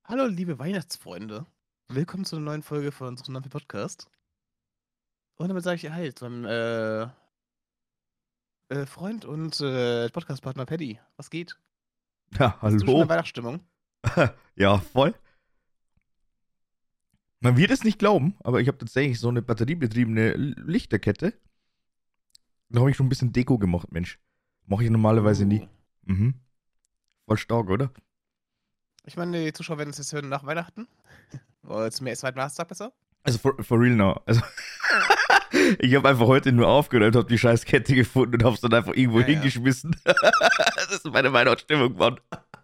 Hallo, liebe Weihnachtsfreunde. Willkommen zu einer neuen Folge von unserem neuen Podcast. Und damit sage ich Hi zu meinem Freund und Podcastpartner Paddy. Was geht? Ja, Bist du schon in hallo? Weihnachtsstimmung? Ja, voll. Man wird es nicht glauben, aber ich habe tatsächlich so eine batteriebetriebene Lichterkette. Da habe ich schon ein bisschen Deko gemacht, Mensch. Mache ich normalerweise nie. Uh. Mhm. Voll stark, oder? Ich meine, die Zuschauer werden es jetzt hören nach Weihnachten. Oder zum zweiten Weihnachtstag besser. Also for real now. Also ich habe einfach heute nur aufgeräumt, habe die scheiß Kette gefunden und habe es dann einfach irgendwo Ja, ja. hingeschmissen. Das ist meine Weihnachtsstimmung, Mann.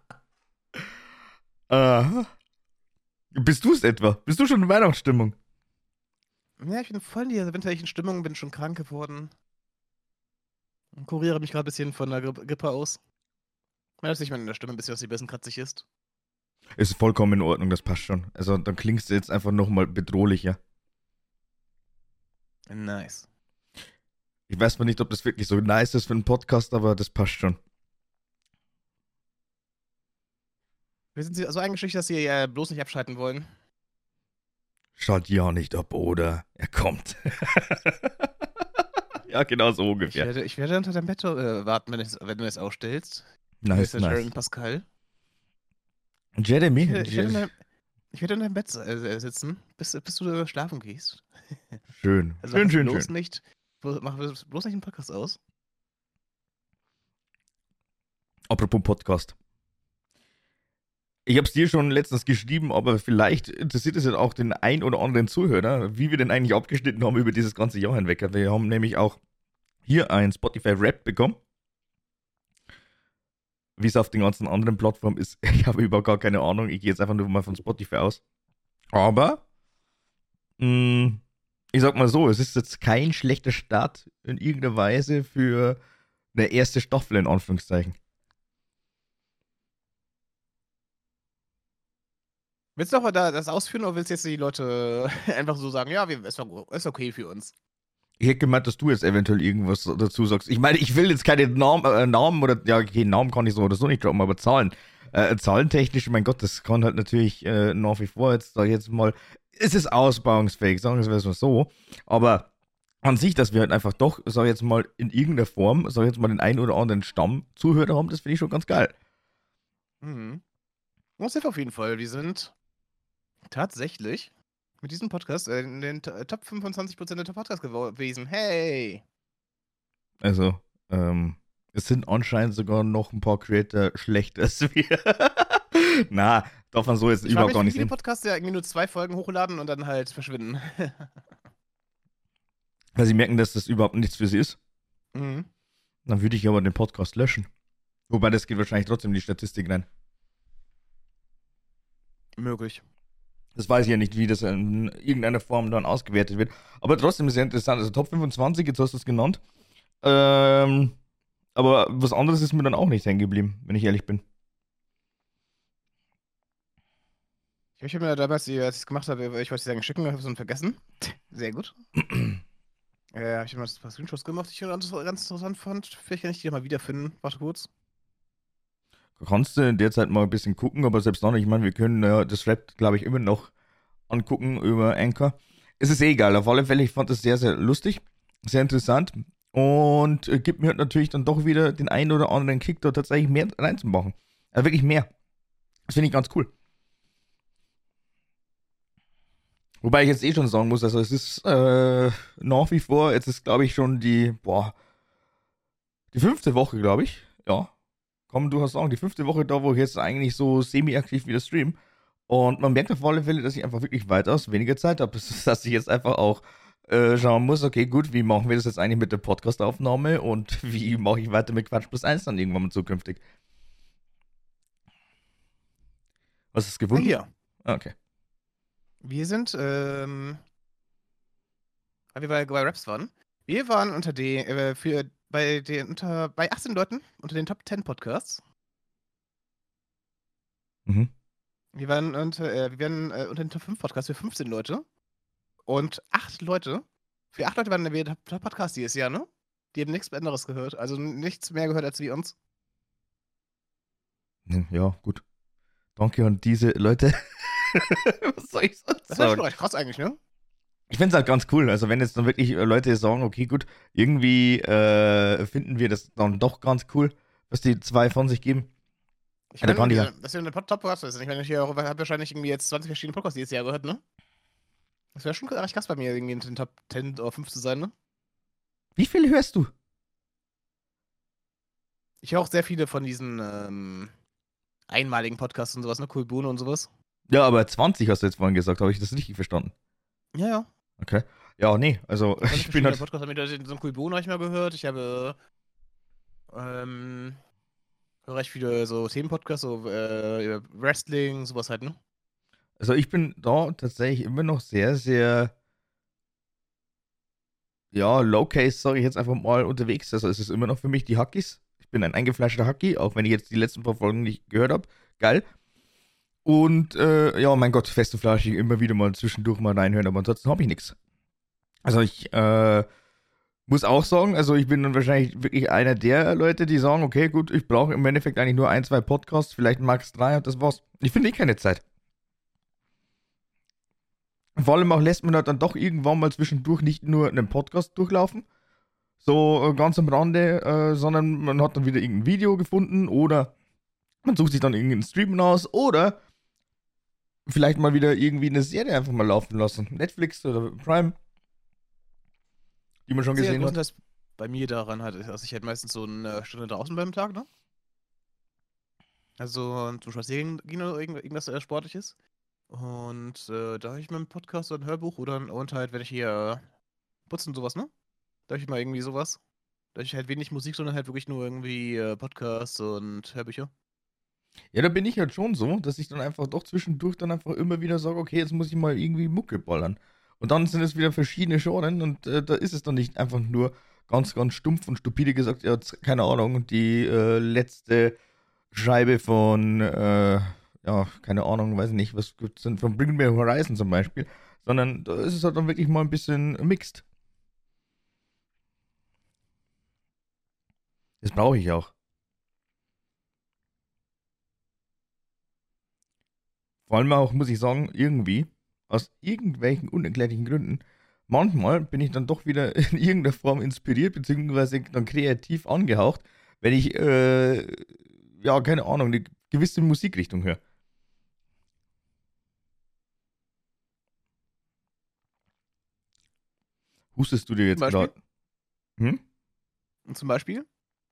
Aha. Bist du es etwa? Bist du schon in Weihnachtsstimmung? Ja, ich bin voll in dieser winterlichen Stimmung, bin schon krank geworden. Und kuriere mich gerade ein bisschen von der Grippe aus. Ja, dass ich meine, in der Stimme ein bisschen, was sie ein bisschen kratzig ist. Ist vollkommen in Ordnung, das passt schon. Also dann klingst du jetzt einfach nochmal bedrohlicher. Nice. Ich weiß mal nicht, ob das wirklich so nice ist für einen Podcast, aber das passt schon. Wir sind so eingeschüchtert, dass sie bloß nicht abschalten wollen. Schalt ja nicht ab, oder? Er kommt. Ja, genau so ungefähr. Ich werde unter deinem Bett warten, wenn du es ausstellst. Nice, Mr. Jeremy nice. Pascal. Jeremy? Ich werde in deinem Bett sitzen, bis du schlafen gehst. Schön. Also Schön, schön, schön. mach bloß nicht den Podcast aus. Apropos Podcast. Ich habe es dir schon letztens geschrieben, aber vielleicht interessiert es ja auch den ein oder anderen Zuhörer, wie wir denn eigentlich abgeschnitten haben über dieses ganze Jahr hinweg. Wir haben nämlich auch hier ein Spotify-Rap bekommen. Wie es auf den ganzen anderen Plattformen ist, ich habe überhaupt gar keine Ahnung. Ich gehe jetzt einfach nur mal von Spotify aus. Aber, mh, ich sag mal so, es ist jetzt kein schlechter Start in irgendeiner Weise für eine erste Staffel, in Anführungszeichen. Willst du doch mal das ausführen oder willst du jetzt die Leute einfach so sagen, ja, ist okay für uns? Ich hätte gemeint, dass du jetzt eventuell irgendwas dazu sagst. Ich meine, ich will jetzt keine Namen oder, ja, okay, Namen kann ich so oder so nicht droppen, aber Zahlen. Zahlentechnisch, mein Gott, das kann halt natürlich nach wie vor jetzt, sag ich jetzt mal, ist es ausbauungsfähig, sagen wir es mal so. Aber an sich, dass wir halt einfach doch, sag ich jetzt mal, in irgendeiner Form, sag ich jetzt mal, den einen oder anderen Stamm-Zuhörer haben, das finde ich schon ganz geil. Mhm. Das hilft auf jeden Fall. Wir sind tatsächlich mit diesem Podcast in den Top 25% der Top-Podcasts gewesen. Hey! Also, es sind anscheinend sogar noch ein paar Creator schlechter als wir. Na, darf man so jetzt Ich frage überhaupt mich, gar wie nicht viele sehen. Podcasts ja irgendwie nur 2 Folgen hochladen und dann halt verschwinden. Weil sie merken, dass das überhaupt nichts für sie ist. Mhm. Dann würde ich aber den Podcast löschen. Wobei, das geht wahrscheinlich trotzdem in die Statistik rein. Möglich. Das weiß ich ja nicht, wie das in irgendeiner Form dann ausgewertet wird. Aber trotzdem ist ja interessant. Also Top 25, jetzt hast du es genannt. Ähm, aber was anderes ist mir dann auch nicht hängen geblieben, wenn ich ehrlich bin. Ich habe mir damals, als ich es gemacht habe, ich wollte es sagen, schicken, habe es dann vergessen. Sehr gut. Habe ich mir mal ein paar Screenshots gemacht, die ich ganz interessant fand. Vielleicht kann ich die mal wiederfinden. Warte kurz. Kannst du derzeit mal ein bisschen gucken, aber selbst dann, ich meine, wir können das Rap, glaube ich, immer noch angucken über Anchor. Es ist eh egal, auf alle Fälle, ich fand das sehr, sehr lustig, sehr interessant und gibt mir halt natürlich dann doch wieder den einen oder anderen Kick, da tatsächlich mehr reinzumachen. Also wirklich mehr. Das finde ich ganz cool. Wobei ich jetzt eh schon sagen muss, also es ist nach wie vor, jetzt ist glaube ich schon die 5. Woche, glaube ich. Ja, kann man durchaus sagen, die 5. Woche da, wo ich jetzt eigentlich so semi-aktiv wieder stream. Und man merkt auf alle Fälle, dass ich einfach wirklich weitaus weniger Zeit habe. Dass ich jetzt einfach auch schauen muss, okay, gut, wie machen wir das jetzt eigentlich mit der Podcast-Aufnahme und wie mache ich weiter mit Quatsch plus eins dann irgendwann mal zukünftig? Was ist gefunden? Hier. Ah, okay. Wir sind, weil wir bei Raps waren. Wir waren unter den, bei 18 Leuten unter den Top 10 Podcasts. Mhm. Wir waren unter den Top 5 Podcasts für 15 Leute. Und 8 Leute, für 8 Leute waren wir der Top Podcast dieses Jahr, ne? Die haben nichts anderes gehört. Also nichts mehr gehört als wir uns. Ja, gut. Danke an diese Leute. Was soll ich sonst Das wäre schon sagen? recht krass eigentlich, ne? Ich finde es halt ganz cool. Also wenn jetzt dann wirklich Leute sagen, okay, gut, irgendwie finden wir das dann doch ganz cool, was die zwei von sich geben. Ich Ja, da meine, kann ich ja. dass wir eine Top-Podcast ist. Ich meine, ich habe wahrscheinlich irgendwie jetzt 20 verschiedene Podcasts dieses Jahr gehört, ne? Das wäre schon recht krass bei mir, irgendwie in den Top 10 oder 5 zu sein, ne? Wie viel hörst du? Ich höre auch sehr viele von diesen einmaligen Podcasts und sowas, ne? Cool Boone und sowas. Ja, aber 20 hast du jetzt vorhin gesagt, habe ich das richtig verstanden? Ja, ja. Okay. Ja, nee, also 20 ich bin verschiedene halt. Podcasts. So einen Cool Boone habe ich mal gehört. Ich habe ähm, höre recht viele so Themenpodcasts, so über Wrestling, sowas halt, ne? Also ich bin da tatsächlich immer noch sehr, sehr, ja, low-case, sage ich jetzt einfach mal, unterwegs. Also es ist immer noch für mich die Hackies. Ich bin ein eingefleischter Hacki, auch wenn ich jetzt die letzten paar Folgen nicht gehört habe. Geil. Und ja, mein Gott, fest und flauschig, immer wieder mal zwischendurch mal reinhören, aber ansonsten habe ich nichts. Also ich muss auch sagen, also ich bin dann wahrscheinlich wirklich einer der Leute, die sagen, okay, gut, ich brauche im Endeffekt eigentlich nur ein, zwei Podcasts, vielleicht max 3 und das war's. Ich finde keine Zeit. Vor allem auch lässt man halt dann doch irgendwann mal zwischendurch nicht nur einen Podcast durchlaufen, so ganz am Rande, sondern man hat dann wieder irgendein Video gefunden oder man sucht sich dann irgendeinen Stream aus oder vielleicht mal wieder irgendwie eine Serie einfach mal laufen lassen. Netflix oder Prime, die man schon Sehr gesehen hat. größtenteils bei mir daran halt, dass ich halt meistens so eine Stunde draußen beim Tag, ne? Also zum Spazieren gehen oder irgendwas Sportliches. Und da habe ich mal einen Podcast oder ein Hörbuch und halt, wenn ich hier putze und sowas, ne? Da habe ich mal irgendwie sowas. Da habe ich halt wenig Musik, sondern halt wirklich nur irgendwie Podcasts und Hörbücher. Ja, da bin ich halt schon so, dass ich dann einfach doch zwischendurch dann einfach immer wieder sage, okay, jetzt muss ich mal irgendwie Mucke ballern. Und dann sind es wieder verschiedene Genren und da ist es dann nicht einfach nur ganz, ganz stumpf und stupide gesagt, ja, keine Ahnung, die letzte Scheibe von, ja, keine Ahnung, weiß nicht, was gibt's denn, von Bring Me Horizon zum Beispiel, sondern da ist es halt dann wirklich mal ein bisschen mixed. Das brauche ich auch. Vor allem auch, muss ich sagen, irgendwie, aus irgendwelchen unerklärlichen Gründen, manchmal bin ich dann doch wieder in irgendeiner Form inspiriert, beziehungsweise dann kreativ angehaucht, wenn ich, ja, keine Ahnung, eine gewisse Musikrichtung höre. Hustest du dir Zum jetzt Beispiel. gerade? Hm? Und zum Beispiel.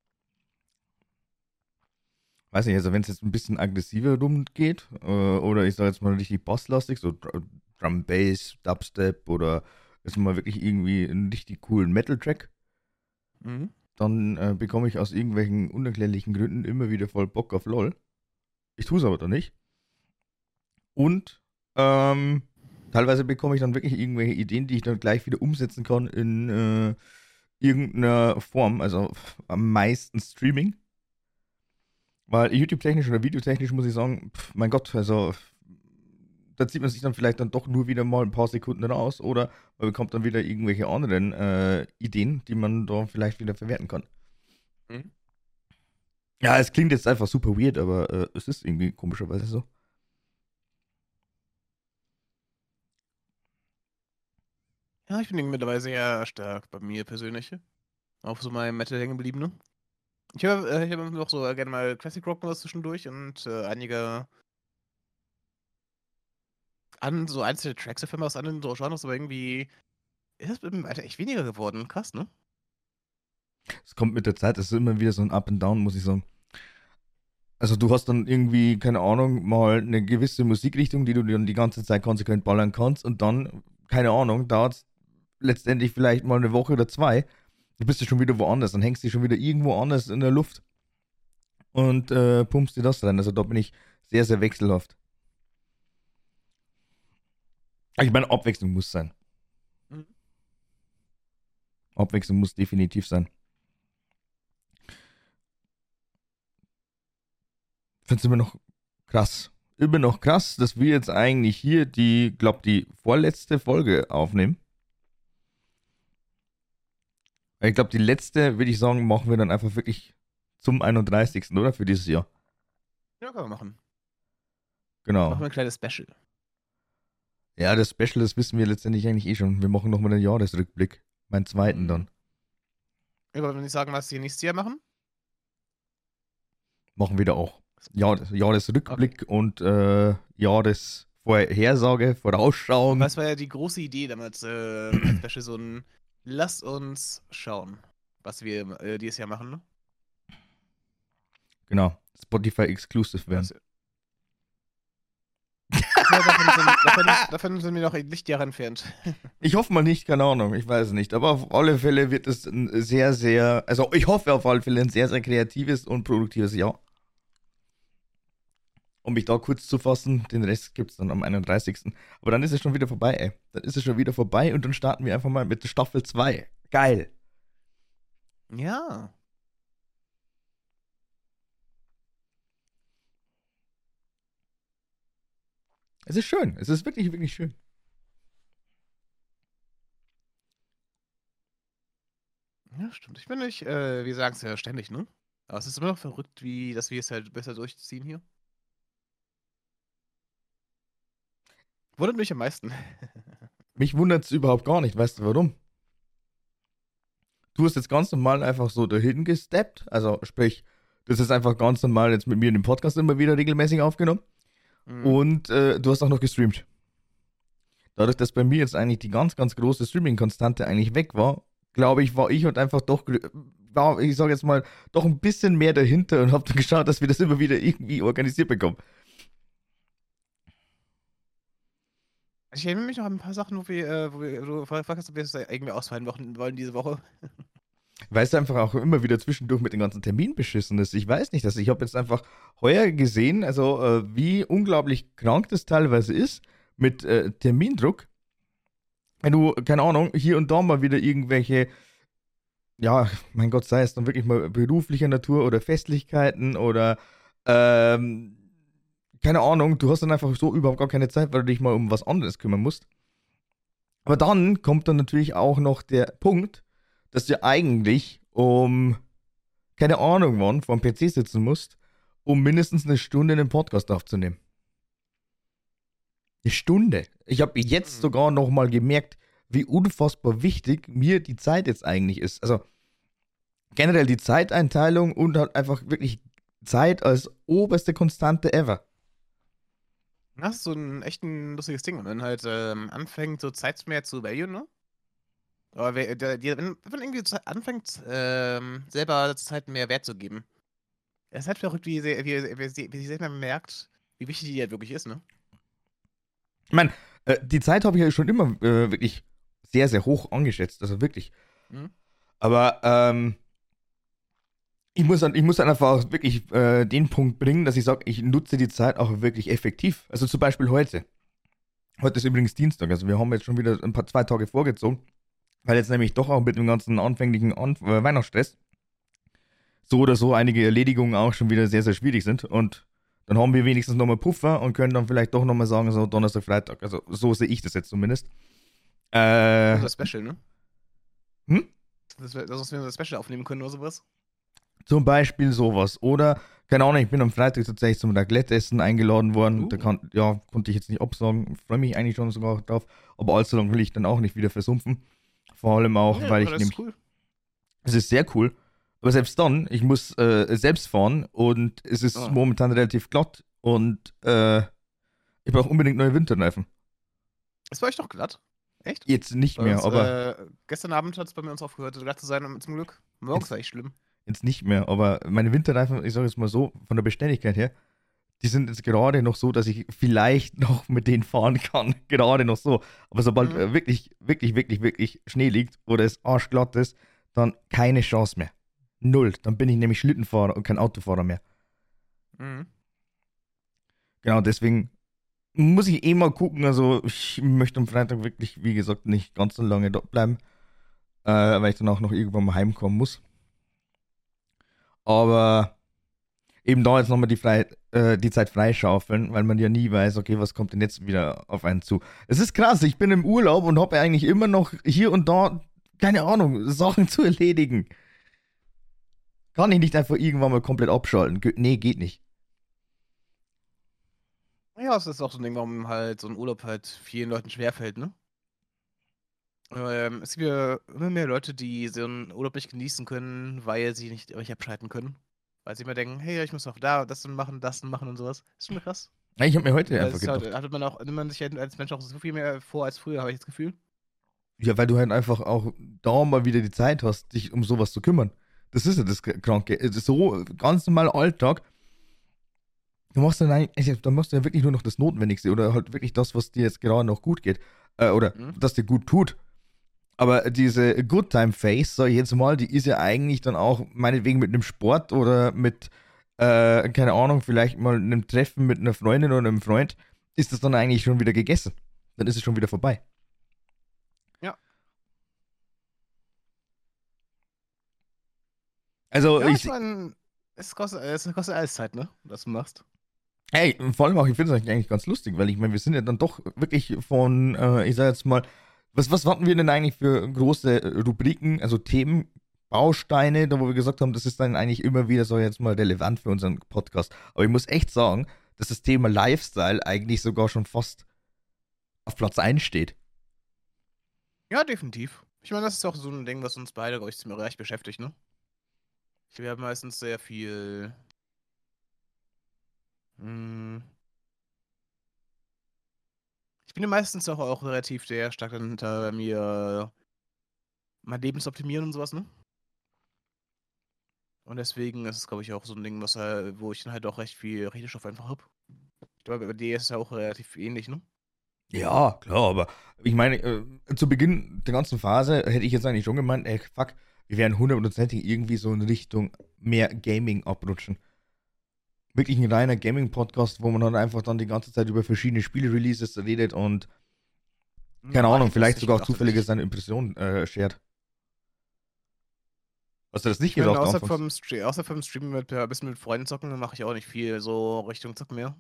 Weiß nicht, also wenn es jetzt ein bisschen aggressiver rumgeht, oder ich sage jetzt mal richtig basslastig, so Drum Bass, Dubstep oder jetzt mal wirklich irgendwie einen richtig coolen Metal-Track, Mhm. dann bekomme ich aus irgendwelchen unerklärlichen Gründen immer wieder voll Bock auf LOL. Ich tue es aber dann nicht. Und teilweise bekomme ich dann wirklich irgendwelche Ideen, die ich dann gleich wieder umsetzen kann in irgendeiner Form, also am meisten Streaming. Weil YouTube-technisch oder videotechnisch muss ich sagen, mein Gott, also da zieht man sich dann vielleicht dann doch nur wieder mal ein paar Sekunden raus oder man bekommt dann wieder irgendwelche anderen Ideen, die man da vielleicht wieder verwerten kann. Mhm. Ja, es klingt jetzt einfach super weird, aber es ist irgendwie komischerweise so. Ja, ich bin irgendwie mittlerweile sehr stark bei mir persönlich. Auf so meinem Metal hängen geblieben, ne? Ich hab noch so gerne mal Classic Rock was zwischendurch und einige so einzelne Tracks auf einmal aus anderen so Genres, aber irgendwie ist es mit dem Alter echt weniger geworden. Krass, ne? Es kommt mit der Zeit, es ist immer wieder so ein Up and Down, muss ich sagen. Also du hast dann irgendwie, keine Ahnung, mal eine gewisse Musikrichtung, die du dann die ganze Zeit konsequent ballern kannst und dann, keine Ahnung, dauert es letztendlich vielleicht mal eine Woche oder zwei. Du bist ja schon wieder woanders, dann hängst du schon wieder irgendwo anders in der Luft und pumpst dir das rein. Also da bin ich sehr, sehr wechselhaft. Ich meine, Abwechslung muss sein. Mhm. Abwechslung muss definitiv sein. Ich finde es immer noch krass. Immer noch krass, dass wir jetzt eigentlich hier die, glaube die vorletzte Folge aufnehmen. Ich glaube, die letzte, würde ich sagen, machen wir dann einfach wirklich zum 31. oder? Für dieses Jahr. Ja, kann man machen. Machen Genau. wir ein kleines Special. Ja, das Special, das wissen wir letztendlich eigentlich eh schon. Wir machen nochmal einen Jahresrückblick. Meinen zweiten dann. Ich wollte nicht sagen, was sie nächstes Jahr machen. Machen wir da auch. Jahresrückblick Okay. und Jahresvorhersage, Und Vorausschauung. das war ja die große Idee damals, als Special so ein Lass uns schauen, was wir dieses Jahr machen, ne? Genau. Spotify Exclusive werden. Das, ja, davon sind wir noch Lichtjahre entfernt. Ich hoffe mal nicht, keine Ahnung, ich weiß nicht. Aber auf alle Fälle wird es ein sehr, sehr, also ich hoffe auf alle Fälle ein sehr, sehr kreatives und produktives Jahr. Um mich da kurz zu fassen, den Rest gibt es dann am 31. Aber dann ist es schon wieder vorbei, ey. Dann ist es schon wieder vorbei und dann starten wir einfach mal mit Staffel 2. Geil. Ja. Es ist schön. Es ist wirklich, wirklich schön. Ja, stimmt. Ich bin nicht, wir sagen es ja ständig, ne? Aber es ist immer noch verrückt, dass wir es halt besser durchziehen hier. Wundert mich am meisten. Mich wundert es überhaupt gar nicht. Weißt du warum? Du hast jetzt ganz normal einfach so dahin gesteppt. Also sprich, das ist einfach ganz normal jetzt mit mir in dem Podcast immer wieder regelmäßig aufgenommen. Mhm. Und du hast auch noch gestreamt. Dadurch, dass bei mir jetzt eigentlich die ganz, ganz große Streaming-Konstante eigentlich weg war, glaube ich, war ich halt einfach doch, ich sage jetzt mal, doch ein bisschen mehr dahinter und habe dann geschaut, dass wir das immer wieder irgendwie organisiert bekommen. Also ich erinnere mich noch an ein paar Sachen, wo du gefragt hast, ob wir es irgendwie ausfallen wollen diese Woche. Weil es einfach auch immer wieder zwischendurch mit den ganzen Terminen beschissen ist. Ich weiß nicht, ich habe jetzt einfach heuer gesehen, also wie unglaublich krank das teilweise ist mit Termindruck. Wenn du, keine Ahnung, hier und da mal wieder irgendwelche, ja, mein Gott, sei es dann wirklich mal beruflicher Natur oder Festlichkeiten oder ähm, keine Ahnung, du hast dann einfach so überhaupt gar keine Zeit, weil du dich mal um was anderes kümmern musst. Aber dann kommt dann natürlich auch noch der Punkt, dass du eigentlich um, keine Ahnung wann, vor dem PC sitzen musst, um mindestens eine Stunde einen Podcast aufzunehmen. Eine Stunde. Ich habe jetzt Mhm. sogar noch mal gemerkt, wie unfassbar wichtig mir die Zeit jetzt eigentlich ist. Also generell die Zeiteinteilung und halt einfach wirklich Zeit als oberste Konstante ever. Das ist so ein echt ein lustiges Ding, wenn man halt anfängt, so Zeit mehr zu valuen, ne? Aber wenn man irgendwie anfängt, selber Zeit mehr Wert zu geben. Es ist halt verrückt, wie sehr man merkt, wie wichtig die halt wirklich ist, ne? Ich meine, die Zeit habe ich ja schon immer wirklich sehr, sehr hoch angeschätzt. Also wirklich. Mhm. Aber ich muss dann einfach wirklich den Punkt bringen, dass ich sage, ich nutze die Zeit auch wirklich effektiv. Also zum Beispiel heute. Heute ist übrigens Dienstag, also wir haben jetzt schon wieder ein paar 2 Tage vorgezogen, weil jetzt nämlich doch auch mit dem ganzen anfänglichen Weihnachtsstress so oder so einige Erledigungen auch schon wieder sehr, sehr schwierig sind. Und dann haben wir wenigstens nochmal Puffer und können dann vielleicht doch nochmal sagen, so Donnerstag, Freitag. Also so sehe ich das jetzt zumindest. Also Äh, das Special, ne? hm? Dass wir das Special aufnehmen können oder sowas. Zum Beispiel sowas. Oder, keine Ahnung, ich bin am Freitag tatsächlich zum Raclette-Essen eingeladen worden. Da Uh. konnte ich jetzt nicht absagen. Freue mich eigentlich schon sogar drauf. Aber allzu lange will ich dann auch nicht wieder versumpfen. Vor allem auch, Ja, weil aber ich das ist nämlich, cool. es ist sehr cool. Aber selbst dann, ich muss selbst fahren und es ist Ah. momentan relativ glatt und ich brauche unbedingt neue Winterreifen. Ist bei euch doch glatt? Echt? Jetzt nicht Bei mehr, uns, aber gestern Abend hat es bei mir uns aufgehört, glatt zu sein, zum Glück. Morgens jetzt, war echt schlimm. jetzt nicht mehr. Aber meine Winterreifen, ich sage jetzt mal so, von der Beständigkeit her, die sind jetzt gerade noch so, dass ich vielleicht noch mit denen fahren kann. Gerade noch so. Aber sobald Mhm. wirklich, wirklich, wirklich, wirklich Schnee liegt oder es arschglatt ist, dann keine Chance mehr. Null. Dann bin ich nämlich Schlittenfahrer und kein Autofahrer mehr. Mhm. Genau, deswegen muss ich eh mal gucken. Also, ich möchte am Freitag wirklich, wie gesagt, nicht ganz so lange dort bleiben, weil ich dann auch noch irgendwann mal heimkommen muss. Aber eben da jetzt nochmal die Zeit freischaufeln, weil man ja nie weiß, okay, was kommt denn jetzt wieder auf einen zu. Es ist krass, ich bin im Urlaub und habe eigentlich immer noch hier und da, keine Ahnung, Sachen zu erledigen. Kann ich nicht einfach irgendwann mal komplett abschalten? Nee, geht nicht. Ja, es ist auch so ein Ding, warum halt so ein Urlaub halt vielen Leuten schwerfällt, ne? Es gibt ja immer mehr Leute, die so 'n Urlaub nicht genießen können, weil sie nicht abschalten können. Weil sie immer denken: „Hey, ich muss noch da das machen und so was.“ Ist schon krass. Ja, ich habe mir heute Weil einfach es ist halt gedacht, nimmt man sich halt als Mensch auch so viel mehr vor als früher, habe ich das Gefühl. ja, weil du halt einfach auch da mal wieder die Zeit hast, dich um sowas zu kümmern. Das ist ja das Kranke. Es ist so ganz normaler Alltag. Da machst du ja wirklich nur noch das Notwendigste oder halt wirklich das, was dir jetzt gerade noch gut geht. Oder Mhm. das dir gut tut. Aber diese Good Time Phase, sag ich jetzt mal, die ist ja eigentlich dann auch meinetwegen mit einem Sport oder mit, keine Ahnung, vielleicht mal einem Treffen mit einer Freundin oder einem Freund, ist das dann eigentlich schon wieder gegessen. Dann ist es schon wieder vorbei. Ja. Also Ja, ich ich, meine, es kostet alles Zeit, ne, was du machst. hey, vor allem auch, ich finde es eigentlich ganz lustig, weil ich meine, wir sind ja dann doch wirklich von, ich sag jetzt mal, was hatten wir denn eigentlich für große Rubriken, also Themen, Bausteine, da wo wir gesagt haben, das ist dann eigentlich immer wieder so jetzt mal relevant für unseren Podcast. Aber ich muss echt sagen, dass das Thema Lifestyle eigentlich sogar schon fast auf Platz 1 steht. Ja, definitiv. Ich meine, das ist auch so 'n Ding, was uns beide, glaube ich, ziemlich recht beschäftigt, ne? Wir haben meistens sehr viel hm, ich bin ja meistens auch relativ sehr stark dahinter, mir mein Leben zu optimieren und so was, ne? Und deswegen ist es, glaube ich, auch so 'n Ding, wo ich dann halt auch recht viel Redestoff einfach habe. Ich glaube, bei dir ist es ja auch relativ ähnlich, ne? Ja, klar, aber ich meine, zu Beginn der ganzen Phase hätte ich jetzt eigentlich schon gemeint, ey, fuck, wir werden hundertprozentig irgendwie so in Richtung mehr Gaming abrutschen. Wirklich ein reiner Gaming-Podcast, wo man dann einfach dann die ganze Zeit über verschiedene Spiele-Releases redet und, keine Ja, ich Ahnung, hätte das vielleicht nicht sogar auch gedacht zufällige tatsächlich. seine Impressionen shared. Hast du das nicht Ich meine, gedacht anfangs? außer vom Streamen mit bisschen mit Freunden zocken, mache ich auch nicht viel so Richtung Zocken mehr.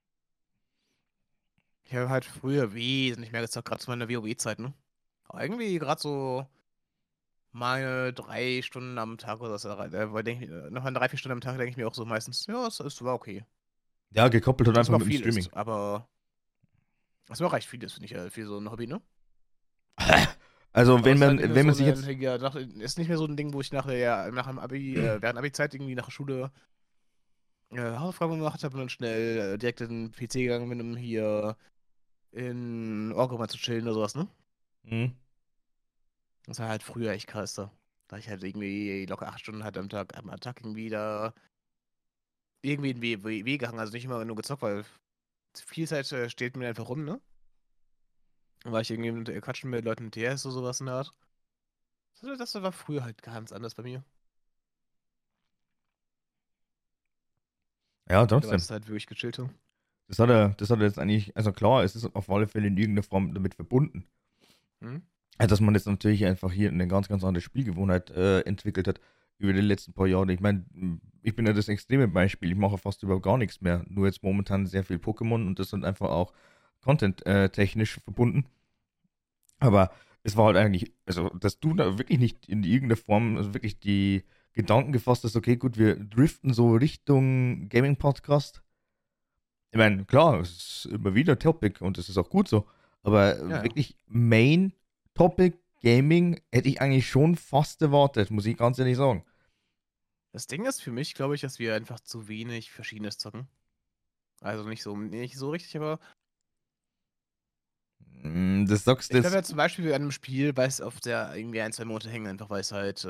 Ich habe halt früher wesentlich mehr gezockt, grad zu meiner WoW-Zeit, ne? Aber irgendwie grad so mal 3 Stunden am Tag oder so, weil denke ich nach 3, 4 Stunden am Tag denke ich mir auch so meistens: „Ja, es war okay.“ Ja, gekoppelt halt Was einfach aber auch mit dem viel Streaming. ist, aber was aber auch recht viel ist, finde ich, für so 'n Hobby, ne? Also, Aber es ist halt nicht mehr wenn man so sich 'nen jetzt. ja, ist nicht mehr so 'n Ding, wo ich nach dem Abi während Abizeit irgendwie nach der Schule, Hausaufgaben gemacht habe und dann schnell, direkt in 'n PC gegangen bin, um hier in Org mal zu chillen oder so was, ne? Mhm. Das war halt früher echt krass da. Da ich halt irgendwie locker 8 Stunden halt am Tag irgendwie da irgendwie in WoW gehangen, also nicht immer nur gezockt, weil viel Zeit, steht mir einfach rum, ne? Dann war ich irgendwie mit quatschen mit Leuten mit TS oder so was in der Art. Das war früher halt ganz anders bei mir. Ja, Da war trotzdem. das halt wirklich gechillt. Das hat er jetzt eigentlich, also klar, es ist auf alle Fälle in irgendeiner Form damit verbunden. Mhm. Dass man jetzt natürlich einfach hier eine ganz, ganz andere Spielgewohnheit entwickelt hat über die letzten paar Jahre. Ich meine, ich bin ja das extreme Beispiel. Ich mache fast überhaupt gar nichts mehr. Nur jetzt momentan sehr viel Pokémon und das sind einfach auch Content-technisch verbunden. Aber es war halt eigentlich, also, dass du da wirklich nicht in irgendeiner Form, also wirklich die Gedanken gefasst hast, okay, gut, wir driften so Richtung Gaming-Podcast. Ich meine, klar, es ist immer wieder Topic und es ist auch gut so. Aber Ja, ja. wirklich Main Topic Gaming hätte ich eigentlich schon fast erwartet, muss ich ganz ehrlich sagen. Das Ding ist für mich, glaube ich, dass wir einfach zu wenig Verschiedenes zocken. Also nicht so richtig, aber Das sagst du ich bleibe jetzt. jetzt zum Beispiel bei einem Spiel, weil's auf der irgendwie 1, 2 Monate hängen, einfach weil's halt,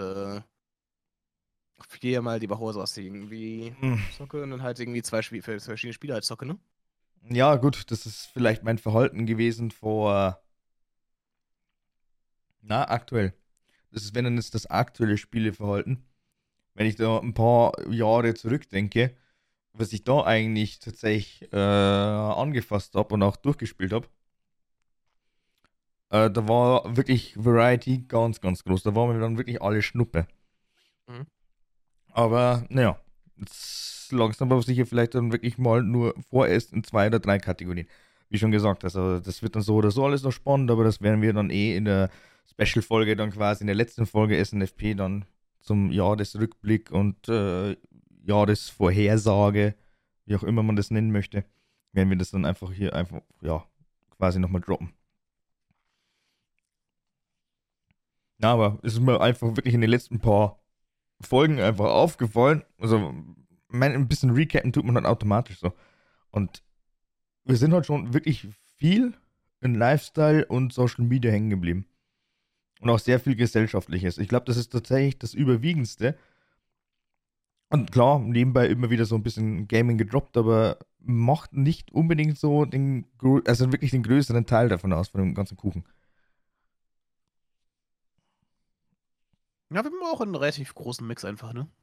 4-mal die Woche oder so was irgendwie mm, zocke und dann halt irgendwie 2 verschiedene Spiele halt zocke, ne? Ja, gut, das ist vielleicht mein Verhalten gewesen vor, na, aktuell. Das ist, wenn dann jetzt das aktuelle Spieleverhalten. Wenn ich da ein paar Jahre zurückdenke, was ich da eigentlich tatsächlich angefasst habe und auch durchgespielt habe. Da war wirklich Variety ganz, ganz groß. Da waren wir dann wirklich alle Schnuppe. Mhm. Aber naja, jetzt langsam aber sicher vielleicht dann wirklich mal nur vorerst in 2 oder 3 Kategorien. Wie schon gesagt, also das wird dann so oder so alles noch spannend, aber das werden wir dann eh in der Special-Folge dann quasi in der letzten Folge SNFP dann zum Jahresrückblick und Jahresvorhersage, wie auch immer man das nennen möchte, werden wir das dann einfach hier einfach, ja, quasi nochmal droppen. Ja, aber es ist mir einfach wirklich in den letzten paar Folgen einfach aufgefallen. Also, ein bisschen recappen tut man dann automatisch so. Und wir sind halt schon wirklich viel in Lifestyle und Social Media hängen geblieben. Und auch sehr viel Gesellschaftliches. Ich glaube, das ist tatsächlich das Überwiegendste. Und klar, nebenbei immer wieder so ein bisschen Gaming gedroppt, aber macht nicht unbedingt so also wirklich den größeren Teil davon aus, von dem ganzen Kuchen. Ja, wir haben auch einen relativ großen Mix einfach, ne?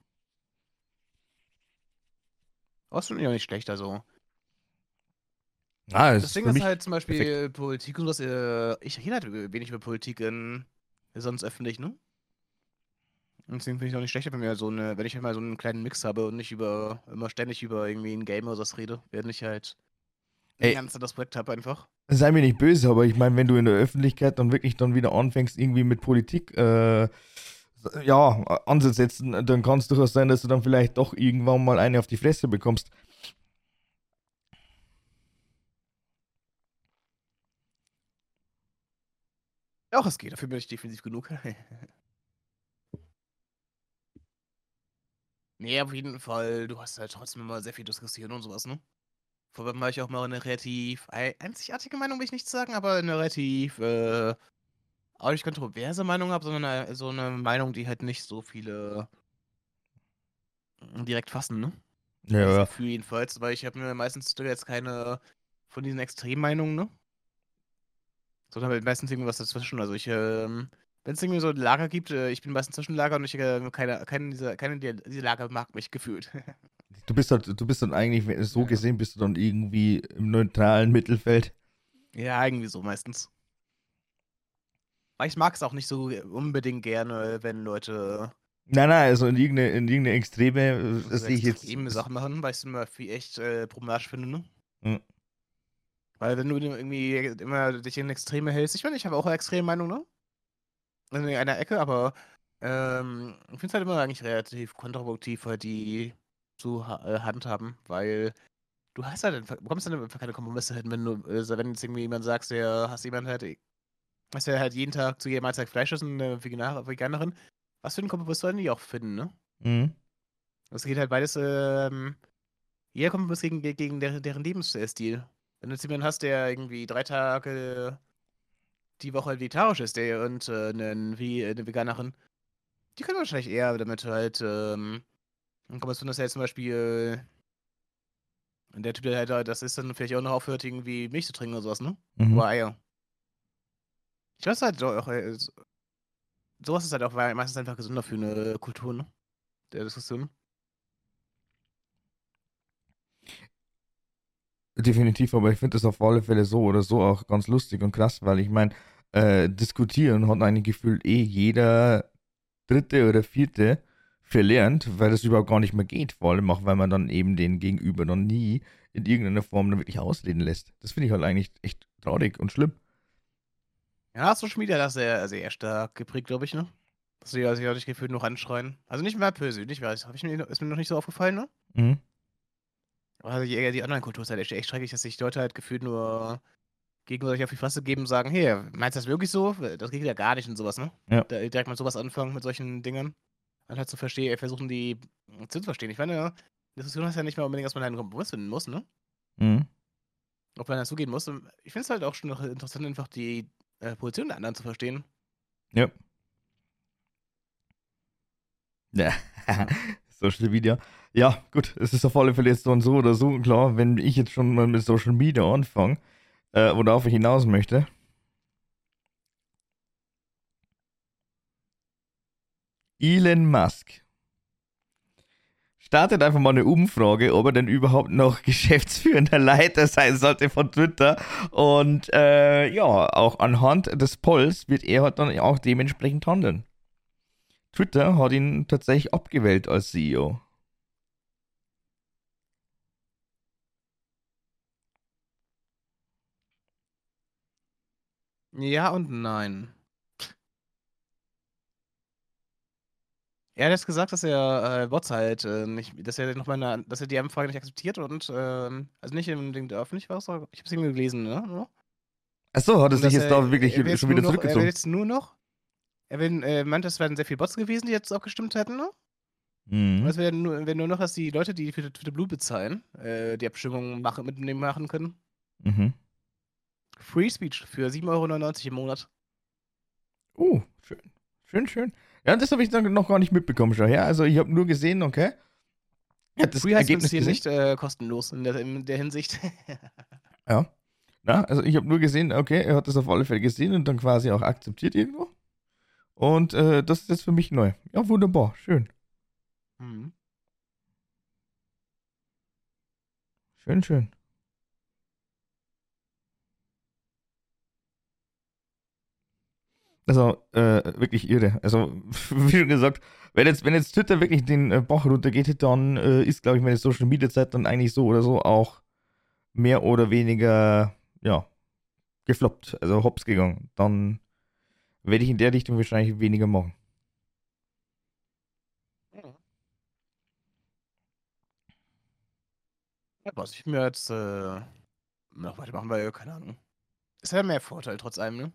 Aber ist schon ja nicht schlecht, also. Ah, es Das ist Ding für ist mich halt zum perfekt. Beispiel Politik und sowas, ich rede halt wenig über Politik sonst öffentlich, ne? Und deswegen finde ich es auch nicht schlecht, wenn ich halt mal so einen kleinen Mix habe und nicht immer ständig über irgendwie ein Game oder sowas rede, während ich halt ein Ey, ganz anderes Projekt habe einfach. sei mir nicht böse, aber ich meine, wenn du in der Öffentlichkeit dann wirklich dann wieder anfängst, irgendwie mit Politik, ja, anzusetzen, dann kann es durchaus sein, dass du dann vielleicht doch irgendwann mal eine auf die Fresse bekommst. Ja, auch es geht, dafür bin ich definitiv genug. Nee, auf jeden Fall, du hast halt trotzdem immer sehr viel Diskussion und sowas, ne? Vor allem habe ich auch mal eine relativ einzigartige Meinung, will ich nicht sagen, aber eine relativ, auch nicht kontroverse Meinung habe, sondern so eine Meinung, die halt nicht so viele direkt fassen, ne? Ja, Habe ich das ja. Gefühl jedenfalls, weil ich habe mir meistens jetzt keine von diesen Extremmeinungen, ne? Sondern halt meistens irgendwas dazwischen. Also wenn es irgendwie so ein Lager gibt, ich bin meistens Zwischenlager und keine dieser Lager mag mich gefühlt. Du bist dann eigentlich, so Ja. gesehen, bist du dann irgendwie im neutralen Mittelfeld. Ja, irgendwie so meistens. Weil ich mag es auch nicht so unbedingt gerne, wenn Leute Nein, nein, also in irgendeine Extreme, das so sehe ich jetzt. extreme Sachen machen, weil ich es immer viel echt problematisch finde, ne? Hm. Weil wenn du irgendwie immer dich in Extreme hältst, ich meine, ich habe auch eine extreme Meinung, ne? In einer Ecke, aber ich finde es halt immer eigentlich relativ kontraproduktiv, halt die zu handhaben, weil bekommst dann einfach keine Kompromisse hin, wenn jetzt irgendwie jemand sagst, der halt jeden Tag zu jeder Mahlzeit Fleisch ist und eine Veganerin, was für einen Kompromiss sollen die auch finden, ne? Mhm. Es geht halt beides, jeder Kompromiss gegen deren Lebensstil. Wenn du jetzt jemanden hast, der irgendwie 3 Tage die Woche halt vegetarisch ist, eine Veganerin, die können wahrscheinlich eher damit halt, dann kommt es von, dass er jetzt zum Beispiel, der Typ, der halt das ist, dann vielleicht auch noch aufhört, irgendwie Milch zu trinken oder sowas, ne? Mhm. Oder Eier. Ich weiß halt auch, sowas ist halt auch meistens einfach gesünder für eine Kultur, ne? Der Diskussion. Definitiv, aber ich finde das auf alle Fälle so oder so auch ganz lustig und krass, weil ich meine, diskutieren hat eigentlich gefühlt jeder Dritte oder Vierte verlernt, weil das überhaupt gar nicht mehr geht, vor allem auch, weil man dann eben den Gegenüber noch nie in irgendeiner Form dann wirklich ausreden lässt. Das finde ich halt eigentlich echt traurig und schlimm. Ja, Social Media das sehr stark geprägt, glaube ich, ne? Dass die sich auch nicht gefühlt noch anschreien. Also nicht mehr persönlich, ist mir noch nicht so aufgefallen, ne? Mhm. Also die Online-Kultur ist halt echt schrecklich, dass sich Leute halt gefühlt nur gegenseitig auf die Fresse geben und sagen, hey, meinst du das wirklich so? Das geht ja gar nicht und sowas, ne? Ja. Direkt mal sowas anfangen mit solchen Dingen. Anstatt zu verstehen, versuchen die zu verstehen. Ich meine, Diskussion heißt ja nicht mal unbedingt, dass man einen Kompromiss finden muss, ne? Mhm. Ob man dazugehen muss. Und ich finde es halt auch schon noch interessant, einfach die Position der anderen zu verstehen. Ja. Ja. Ja. Social Media. Ja, gut, es ist auf alle Fälle jetzt dann so oder so klar, wenn ich jetzt schon mal mit Social Media anfange, worauf ich hinaus möchte. Elon Musk startet einfach mal eine Umfrage, ob er denn überhaupt noch geschäftsführender Leiter sein sollte von Twitter. Und ja, auch anhand des Polls wird er halt dann auch dementsprechend handeln. Twitter hat ihn tatsächlich abgewählt als CEO. Ja und nein. Er hat jetzt gesagt, dass er Bots halt nicht, dass er nochmal dass er die Anfrage nicht akzeptiert und also nicht im Ding öffentlich war, ich hab's irgendwie gelesen, ne? Nur. Achso, hat er Und sich dass jetzt da wirklich er will jetzt schon nur wieder noch, er will zurückgezogen? jetzt nur noch, meint, es wären sehr viele Bots gewesen, die jetzt abgestimmt hätten, ne? Und Mhm. es wäre nur noch, dass die Leute, die für Blue bezahlen, die Abstimmung mit dem machen können. Mhm. Free Speech für 7,99 € im Monat. Schön. Schön, schön. Ja, das habe ich dann noch gar nicht mitbekommen schon. Ja, also ich habe nur gesehen, okay. Ich habe das Free heißt übrigens Ergebnis hier gesehen. nicht kostenlos in der Hinsicht. Ja. Na, also ich habe nur gesehen, okay, er hat das auf alle Fälle gesehen und dann quasi auch akzeptiert irgendwo. Und das ist jetzt für mich neu. Ja, wunderbar. Schön. Hm. Schön, schön. Also, wirklich irre. Also, wie schon gesagt, wenn jetzt Twitter wirklich den Bach runtergeht, dann ist, glaube ich, meine Social Media Zeit dann eigentlich so oder so auch mehr oder weniger, ja, gefloppt, also hops gegangen. Dann werde ich in der Richtung wahrscheinlich weniger machen. Ja. Ja, was ich mir jetzt noch weitermachen, weil, keine Ahnung. Ist ja mehr Vorteil trotz allem, ne?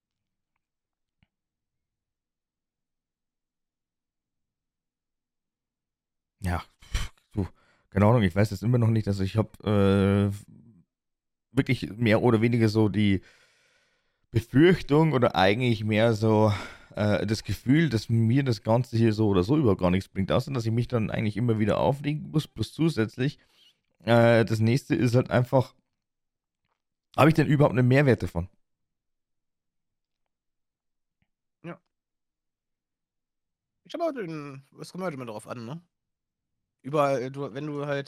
Ja, du, keine Ahnung, ich weiß jetzt immer noch nicht, also ich habe wirklich mehr oder weniger so die Befürchtung oder eigentlich mehr so das Gefühl, dass mir das Ganze hier so oder so überhaupt gar nichts bringt, außer dass ich mich dann eigentlich immer wieder aufregen muss, plus zusätzlich. Das nächste ist halt einfach, habe ich denn überhaupt einen Mehrwert davon? Ja. Ich habe halt es kommt halt immer darauf an, ne? Überall, wenn du halt,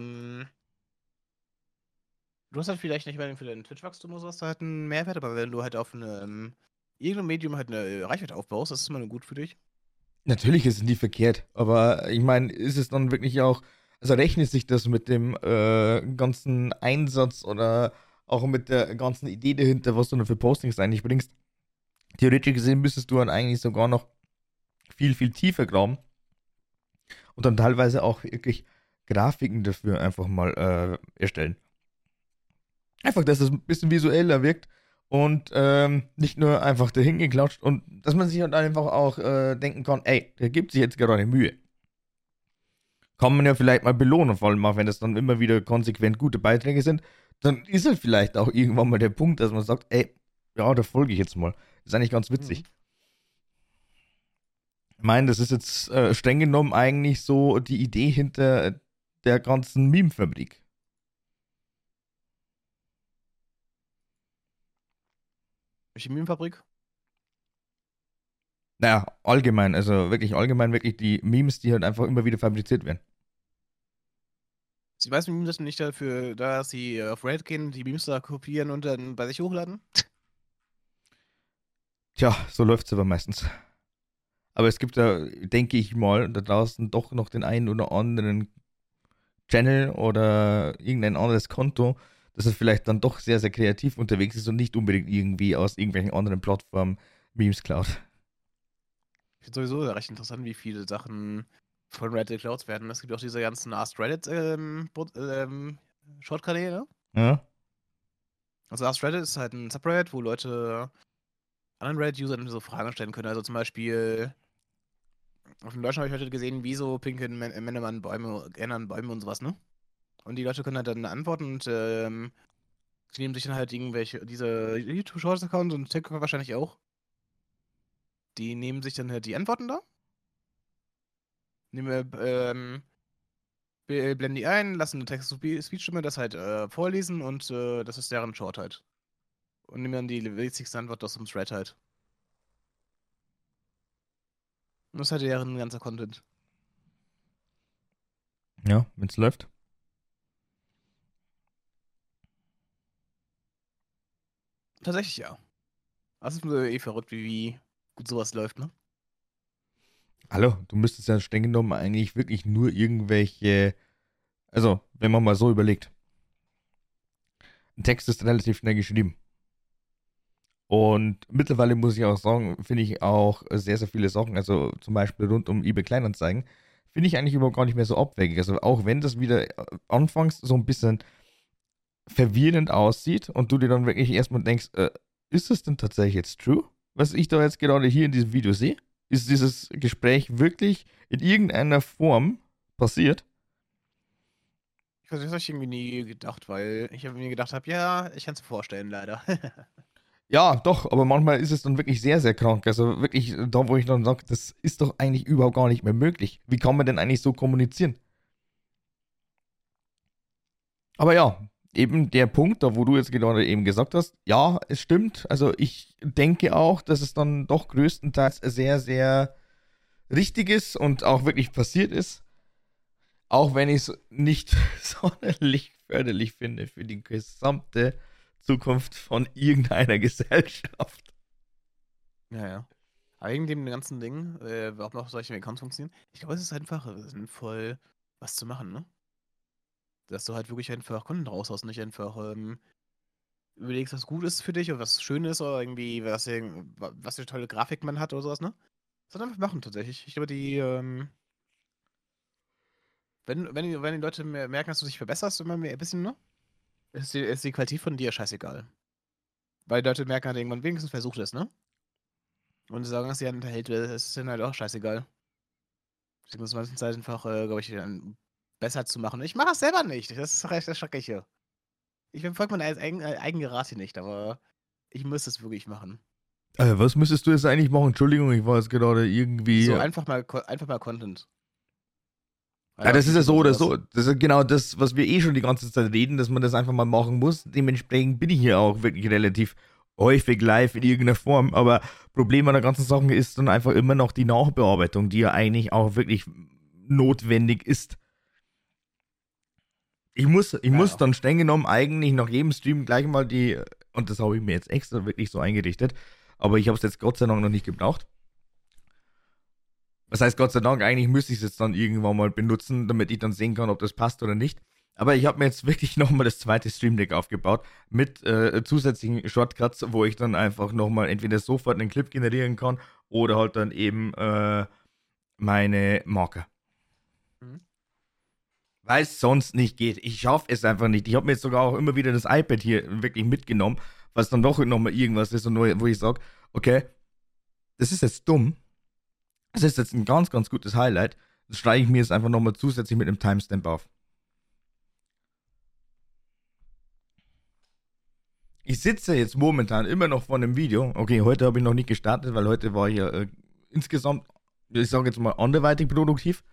du hast halt vielleicht nicht mehr für dein Twitch-Wachstum oder sowas halt einen Mehrwert, aber wenn du halt auf einem irgendeinem Medium halt eine Reichweite aufbaust, das ist immer nur gut für dich. Natürlich ist es nie verkehrt, aber ich meine, ist es dann wirklich auch, also rechnet sich das mit dem ganzen Einsatz oder auch mit der ganzen Idee dahinter, was du dann für Postings eigentlich bringst? Theoretisch gesehen müsstest du dann eigentlich sogar noch viel, viel tiefer graben und dann teilweise auch wirklich Grafiken dafür einfach mal erstellen. Einfach, dass es ein bisschen visueller wirkt und nicht nur einfach dahin geklatscht und dass man sich halt einfach auch denken kann, ey, der gibt sich jetzt gerade Mühe. Kann man ja vielleicht mal belohnen, vor allem auch wenn das dann immer wieder konsequent gute Beiträge sind, dann ist halt vielleicht auch irgendwann mal der Punkt, dass man sagt, ey, ja, da folge ich jetzt mal. Ist eigentlich ganz Mhm. witzig. Ich meine, das ist jetzt streng genommen eigentlich so die Idee hinter der ganzen Meme-Fabrik. Chemiefabrik. Naja, allgemein, also wirklich allgemein, wirklich die Memes, die halt einfach immer wieder fabriziert werden. Sie weiß mit das nicht dafür, da, dass sie auf Reddit gehen, die Memes da kopieren und dann bei sich hochladen. Tja, so läuft es aber meistens. Aber es gibt da, denke ich mal, da draußen doch noch den einen oder anderen Channel oder irgendein anderes Konto, das ist vielleicht dann doch sehr, sehr kreativ unterwegs ist und nicht unbedingt irgendwie aus irgendwelchen anderen Plattformen Memes klaut. Ich finde sowieso recht interessant, wie viele Sachen von Reddit geklaut werden. Es gibt auch diese ganzen Ask Reddit Short-Kanäle. Ne? Ja, Also Ask Reddit ist halt ein Subreddit, wo Leute anderen Reddit-Usern so Fragen stellen können. Also zum Beispiel, auf dem Deutschen habe ich heute gesehen, wieso pinkeln Männer an Bäume, gerne an Bäume und sowas, ne? Und die Leute können halt dann antworten und die nehmen sich dann halt irgendwelche, diese YouTube-Shorts-Accounts und TikTok wahrscheinlich auch. Die nehmen sich dann halt die Antworten da, nehmen, blenden die ein, lassen eine Text-to-Speech-Stimme das halt vorlesen und das ist deren Short halt. Und nehmen dann die witzigste Antwort aus dem Thread halt. Und das ist halt deren ganzer Content. ja, wenn es läuft. Tatsächlich ja. Das ist eh verrückt, wie gut sowas läuft, ne? Hallo, du müsstest ja streng genommen eigentlich wirklich nur irgendwelche, also wenn man mal so überlegt, ein Text ist relativ schnell geschrieben. Und mittlerweile muss ich auch sagen, finde ich auch sehr, sehr viele Sachen, also zum Beispiel rund um eBay Kleinanzeigen, finde ich eigentlich überhaupt gar nicht mehr so abwegig. Also auch wenn das wieder anfangs so ein bisschen verwirrend aussieht und du dir dann wirklich erstmal denkst, ist das denn tatsächlich jetzt true, was ich da jetzt gerade hier in diesem Video sehe? Ist dieses Gespräch wirklich in irgendeiner Form passiert? Ich weiß, das habe ich irgendwie nie gedacht, weil ich mir gedacht habe, ja, ich kann es mir vorstellen, leider. Ja, doch, aber manchmal ist es dann wirklich sehr, sehr krank. Also wirklich da, wo ich dann sage, das ist doch eigentlich überhaupt gar nicht mehr möglich. Wie kann man denn eigentlich so kommunizieren? Aber ja, eben der Punkt, da wo du jetzt gerade eben gesagt hast, ja, es stimmt. Also ich denke auch, dass es dann doch größtenteils sehr, sehr richtig ist und auch wirklich passiert ist. Auch wenn ich es nicht sonderlich förderlich finde für die gesamte Zukunft von irgendeiner Gesellschaft. Ja, ja. Aber wegen dem ganzen Ding, warum auch solche Accounts funktionieren, ich glaube, es ist einfach sinnvoll, was zu machen, ne? Dass du halt wirklich einfach Kunden raushaust und nicht einfach überlegst, was gut ist für dich oder was schön ist oder irgendwie, was für eine tolle Grafik man hat oder sowas, ne? Das einfach machen tatsächlich. Ich glaube, wenn die Leute merken, dass du dich verbesserst, immer mehr ein bisschen, ne? Ist die Qualität von dir scheißegal. Weil die Leute merken halt irgendwann, wenigstens versucht es, ne? Und sie sagen, dass sie einen unterhält, das ist denen halt auch scheißegal. Deswegen muss man meistens halt einfach, glaube ich, dann besser zu machen. Ich mache das selber nicht. Das ist recht das Schreckliche. Ich verfolge meine eigene Rate nicht, aber ich müsste es wirklich machen. Was müsstest du jetzt eigentlich machen? Entschuldigung, ich war jetzt gerade irgendwie. So, einfach mal Content. Ja, Halt auf das ist ja YouTube so oder oder sowas. so. Das ist genau das, was wir eh schon die ganze Zeit reden, dass man das einfach mal machen muss. Dementsprechend bin ich hier auch wirklich relativ häufig live in irgendeiner Form. Aber Problem an der ganzen Sache ist dann einfach immer noch die Nachbearbeitung, die ja eigentlich auch wirklich notwendig ist. Ich muss Naja. dann streng genommen eigentlich nach jedem Stream gleich mal und das habe ich mir jetzt extra wirklich so eingerichtet, aber ich habe es jetzt Gott sei Dank noch nicht gebraucht. Was heißt Gott sei Dank, eigentlich müsste ich es jetzt dann irgendwann mal benutzen, damit ich dann sehen kann, ob das passt oder nicht. Aber ich habe mir jetzt wirklich nochmal das zweite Stream Deck aufgebaut mit zusätzlichen Shortcuts, wo ich dann einfach nochmal entweder sofort einen Clip generieren kann oder halt dann eben meine Marker. Mhm. Weil es sonst nicht geht. Ich schaffe es einfach nicht. Ich habe mir jetzt sogar auch immer wieder das iPad hier wirklich mitgenommen, was dann doch nochmal irgendwas ist und wo ich sage, okay, das ist jetzt dumm. Das ist jetzt ein ganz, ganz gutes Highlight. Das steige ich mir jetzt einfach nochmal zusätzlich mit einem Timestamp auf. Ich sitze jetzt momentan immer noch vor einem Video. Okay, heute habe ich noch nicht gestartet, weil heute war ich ja insgesamt, ich sage jetzt mal, anderweitig produktiv.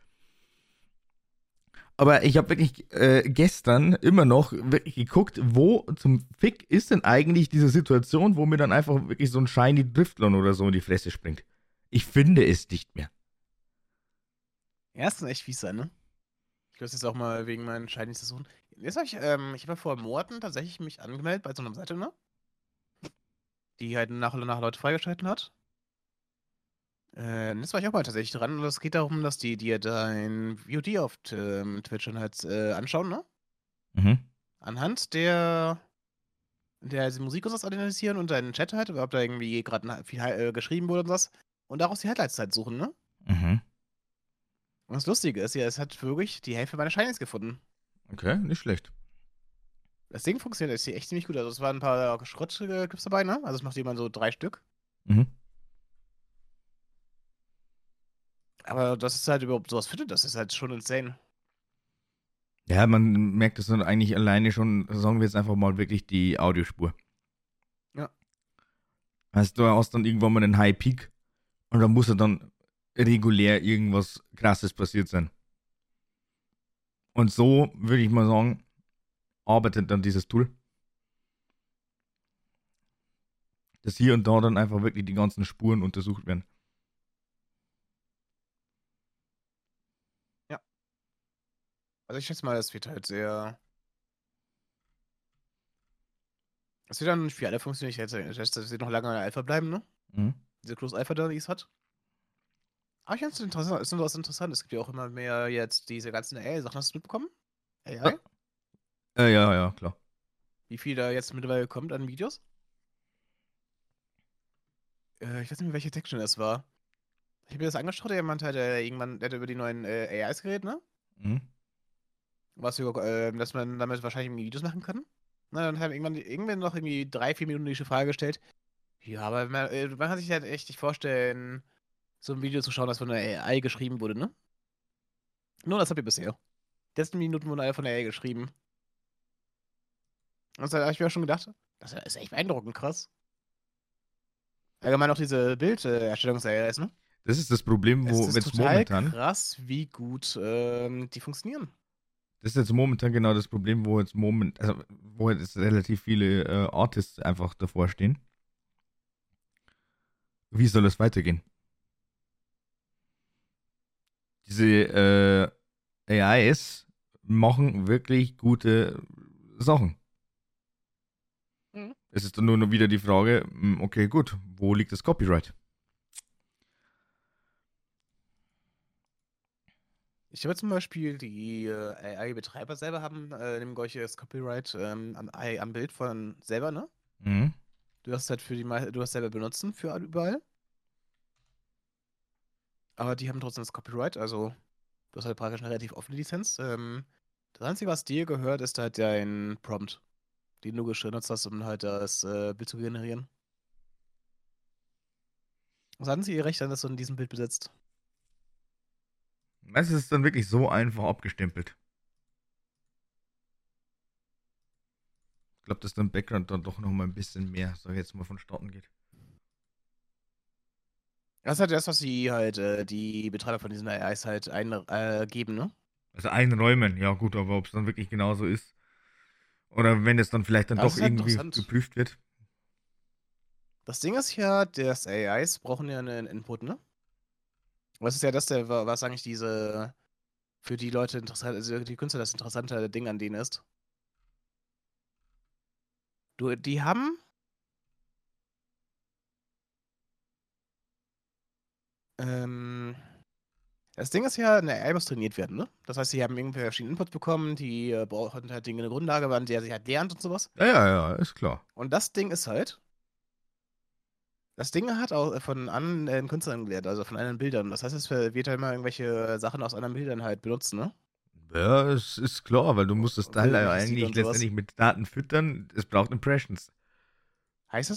Aber ich habe wirklich gestern immer noch wirklich geguckt, wo zum Fick ist denn eigentlich diese Situation, wo mir dann einfach wirklich so ein Shiny Driftlon oder so in die Fresse springt. Ich finde es nicht mehr. Ja, ist echt fies sein, ne? Ich muss jetzt auch mal wegen meinen Shinies suchen. Jetzt ich habe ja vor Monaten tatsächlich mich angemeldet bei so einer Seite, ne? Die halt nach und nach Leute freigeschalten hat. Jetzt war ich auch mal tatsächlich dran und es geht darum, dass die dir dein VOD auf Twitch dann halt anschauen, ne? Mhm. Anhand der Musik und das analysieren und deinen Chat halt, ob da irgendwie gerade viel geschrieben wurde und was. Und daraus die Highlights halt suchen, ne? Mhm. Und das Lustige ist ja, es hat wirklich die Hälfte meiner Shinies gefunden. Okay, nicht schlecht. Das Ding funktioniert jetzt hier echt ziemlich gut. Also es waren ein paar Schrott-Clips dabei, ne? Also es macht jemand so 3 Stück. Mhm. Aber dass es halt überhaupt sowas findet, das ist halt schon insane. Ja, man merkt es dann eigentlich alleine schon, sagen wir jetzt einfach mal wirklich die Audiospur. Ja. Heißt, du hast dann irgendwann mal einen High Peak und dann muss ja dann regulär irgendwas Krasses passiert sein. Und so würde ich mal sagen, arbeitet dann dieses Tool, dass hier und da dann einfach wirklich die ganzen Spuren untersucht werden. Ja. Also ich schätze mal, es wird halt sehr. Es wird dann für alle funktionieren. Ich schätze, das wird noch lange in der Alpha bleiben, ne? Mhm. Diese Close Alpha da, die es hat. Aber ich finde es interessant. Ist nur was interessant. Es gibt ja auch immer mehr jetzt diese ganzen AI-Sachen. Hast du mitbekommen? Ja. AI? Ja, ja, klar. Wie viel da jetzt mittlerweile kommt an Videos? Ich weiß nicht mehr, welche Section es war. Ich habe mir das angeschaut, jemand hat irgendwann, der hat über die neuen AIs geredet, ne? Mhm. Dass man damit wahrscheinlich irgendwie Videos machen kann. Na, dann haben irgendwann noch irgendwie 3, 4 Minuten die Frage gestellt. Ja, aber man kann sich halt echt nicht vorstellen, so ein Video zu schauen, das von der AI geschrieben wurde, ne? Nur das habt ihr bisher. Dessen Minuten wurden alle von der AI geschrieben. Und da habe ich mir auch schon gedacht, das ist echt beeindruckend krass. Allgemein auch diese Bilderstellungs-AIs, ne? Das ist das Problem, Es wo ist jetzt total momentan, krass, wie gut die funktionieren. das ist jetzt momentan genau das Problem, also wo jetzt relativ viele Artists einfach davor stehen. Wie soll es weitergehen? Diese AIs machen wirklich gute Sachen. Mhm. Es ist dann nur noch wieder die Frage, okay, gut, wo liegt das Copyright? Ich habe zum Beispiel die AI-Betreiber selber haben nämlich das Copyright am Bild von selber, ne? Mhm. Du hast halt du hast selber benutzen für überall. Aber die haben trotzdem das Copyright, also du hast halt praktisch eine relativ offene Lizenz. Das Einzige, was dir gehört, ist halt dein Prompt, den du genutzt hast, um halt das Bild zu generieren. Was hatten sie ihr Recht an, dass du in diesem Bild besitzt? Es ist dann wirklich so einfach abgestempelt. Ich glaube, dass dein Background dann doch noch mal ein bisschen mehr, sag ich jetzt mal, vonstatten geht. Das ist halt das, was sie halt, die Betreiber von diesen AIs halt eingeben, ne? Also einräumen, ja gut, aber ob es dann wirklich genauso ist. Oder wenn es dann vielleicht dann Aber das doch ist halt irgendwie interessant. geprüft wird. Das Ding ist ja, dass AIs brauchen ja einen Input, ne? Was ist ja was eigentlich für die Leute interessant, also die Künstler das interessante Ding an denen ist. Die haben, ähm, das Ding ist ja, eine AI muss trainiert werden, ne? Das heißt, sie haben irgendwie verschiedene Inputs bekommen, die brauchen halt Dinge eine Grundlage, an der sie halt lernt und sowas. Ja, ja, ja, ist klar. Und das Ding ist halt, das Ding hat auch von anderen Künstlern gelernt, also von anderen Bildern. Das heißt, es wird halt immer irgendwelche Sachen aus anderen Bildern halt benutzen, ne? Ja, es ist klar, weil du musst das Teil ja Irgendwelche Stile eigentlich und sowas. letztendlich mit Daten füttern. Es braucht Impressions. Heißt das,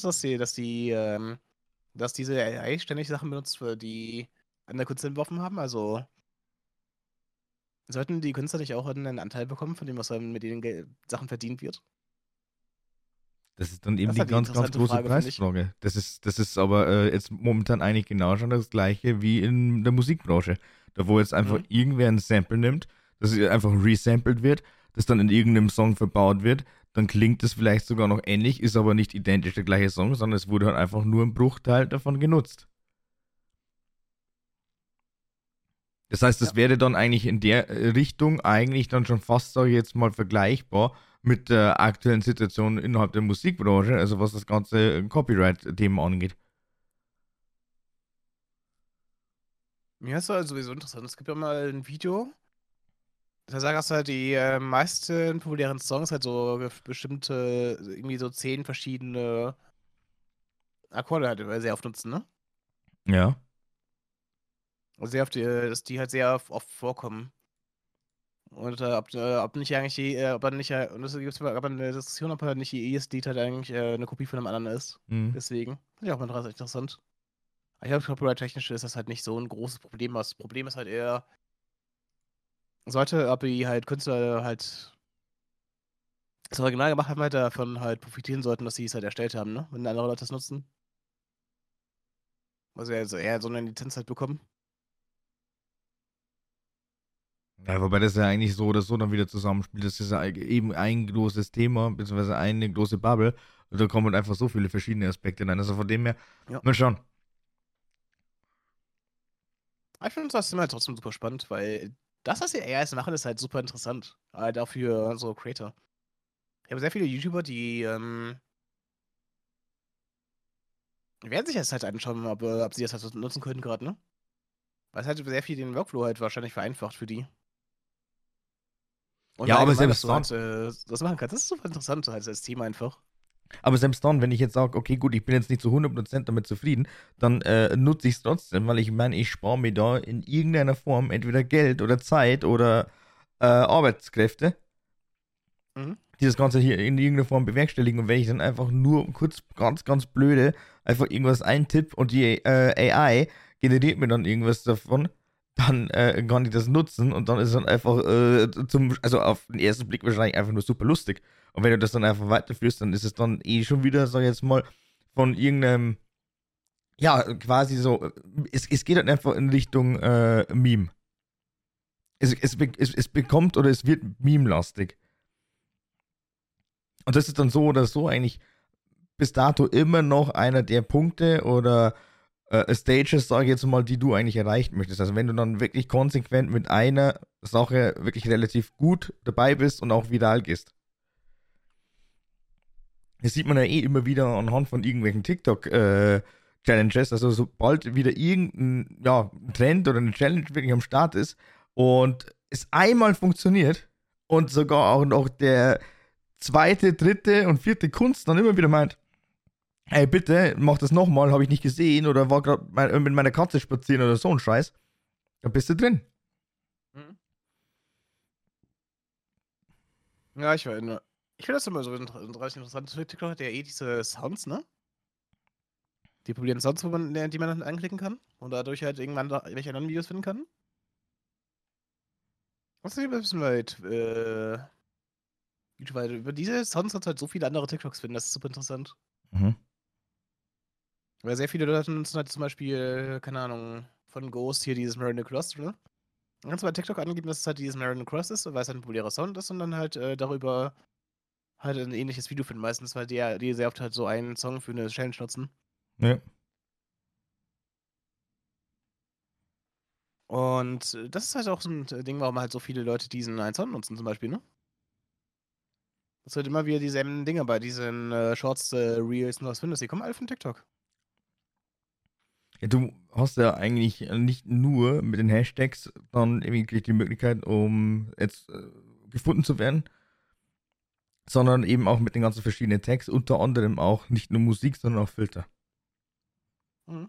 dass diese AI ständig Sachen benutzt, für die andere Künstler entworfen haben? Also sollten die Künstler nicht auch einen Anteil bekommen von dem, was dann mit den Sachen verdient wird? Das ist dann Das eben ist die halt die ganz, ganz interessante große Frage, finde ich. Preisfrage. Das ist aber jetzt momentan eigentlich genau schon das gleiche wie in der Musikbranche. Da wo jetzt einfach Mhm. irgendwer ein Sample nimmt, das einfach resampled wird, das dann in irgendeinem Song verbaut wird, dann klingt es vielleicht sogar noch ähnlich, ist aber nicht identisch der gleiche Song, sondern es wurde halt einfach nur ein Bruchteil davon genutzt. Das heißt, Ja. das wäre dann eigentlich in der Richtung eigentlich dann schon fast, sage ich jetzt mal, vergleichbar mit der aktuellen Situation innerhalb der Musikbranche, also was das ganze Copyright-Thema angeht. Mir ist halt sowieso interessant. Es gibt ja mal ein Video, da sagst du halt die meisten populären Songs halt so bestimmte, irgendwie so 10 verschiedene Akkorde halt sehr oft nutzen, ne? Ja. Und sehr oft, dass die halt sehr oft vorkommen. Und ob nicht eigentlich ob er nicht, und das gibt aber eine Diskussion, ob er nicht jedes Lied halt eigentlich eine Kopie von einem anderen ist. Mhm. Deswegen. Finde ich auch mal interessant. Aber ich glaube, copyright-technisch ist das halt nicht so ein großes Problem. Das Problem ist halt eher, ob die halt Künstler halt das Original gemacht haben, halt davon halt profitieren sollten, dass sie es halt erstellt haben, ne? Wenn andere Leute das nutzen. Also eher so eine Lizenz halt bekommen. Ja, wobei das ja eigentlich so oder so dann wieder zusammenspielt. Das ist ja eben ein großes Thema, beziehungsweise eine große Bubble. Und da kommen halt einfach so viele verschiedene Aspekte rein. Also von dem her, Ja. mal schauen. Aber ich finde das Thema halt trotzdem super spannend, weil das, was die AIs machen, ist halt super interessant. Halt auch für so Creator. Ich habe sehr viele YouTuber, die werden sich das halt anschauen, ob sie das halt nutzen können gerade, ne? Weil es halt sehr viel den Workflow halt wahrscheinlich vereinfacht für die. Und Ja, aber allgemein, dass selbst du halt dann, das machen kannst. Das ist super interessant, halt als Thema einfach. Aber selbst dann, wenn ich jetzt sage, okay, gut, ich bin jetzt nicht zu 100% damit zufrieden, dann nutze ich es trotzdem, weil ich meine, ich spare mir da in irgendeiner Form entweder Geld oder Zeit oder Arbeitskräfte, Mhm. die das Ganze hier in irgendeiner Form bewerkstelligen. Und wenn ich dann einfach nur kurz, ganz, ganz blöde, einfach irgendwas eintipp und die AI generiert mir dann irgendwas davon, dann kann ich das nutzen und dann ist es dann einfach also auf den ersten Blick wahrscheinlich einfach nur super lustig. Und wenn du das dann einfach weiterführst, dann ist es dann eh schon wieder, sag ich jetzt mal, von irgendeinem, ja, quasi so, es geht dann einfach in Richtung Meme. Es bekommt oder es wird meme-lastig. Und das ist dann so oder so eigentlich bis dato immer noch einer der Punkte oder Stages, sage ich jetzt mal, die du eigentlich erreichen möchtest. Also wenn du dann wirklich konsequent mit einer Sache wirklich relativ gut dabei bist und auch viral gehst. Das sieht man ja eh immer wieder anhand von irgendwelchen TikTok-Challenges. Also sobald wieder irgendein Trend oder eine Challenge wirklich am Start ist und es einmal funktioniert und sogar auch noch der zweite, dritte und vierte Kunst dann immer wieder meint, ey, bitte, mach das nochmal, habe ich nicht gesehen oder war gerade mit meiner Katze spazieren oder so ein Scheiß, dann bist du drin. Mhm. Ja, ich finde das immer so interessant. TikTok hat ja eh diese Sounds, ne? Die populären Sounds, die man dann anklicken kann und dadurch halt irgendwann welche anderen Videos finden kann. Was ist ein bisschen weit, YouTube, weil über diese Sounds kannst du halt so viele andere TikToks finden, das ist super interessant. Mhm. Weil sehr viele Leute nutzen halt zum Beispiel, keine Ahnung, von Ghost hier dieses Marina Cross, ne? Dann kannst du bei TikTok angeben, dass es halt dieses Marina Cross ist, weil es halt ein populärer Sound ist und dann halt darüber halt ein ähnliches Video finden meistens, weil die sehr oft halt so einen Song für eine Challenge nutzen. Ja. Und das ist halt auch so ein Ding, warum halt so viele Leute diesen einen Song nutzen, zum Beispiel, ne? Das sind immer wieder dieselben Dinge bei diesen Shorts, Reels und was findest. Die kommen alle von TikTok. Ja, du hast ja eigentlich nicht nur mit den Hashtags dann irgendwie die Möglichkeit, um jetzt gefunden zu werden, sondern eben auch mit den ganzen verschiedenen Tags, unter anderem auch nicht nur Musik, sondern auch Filter. Mhm.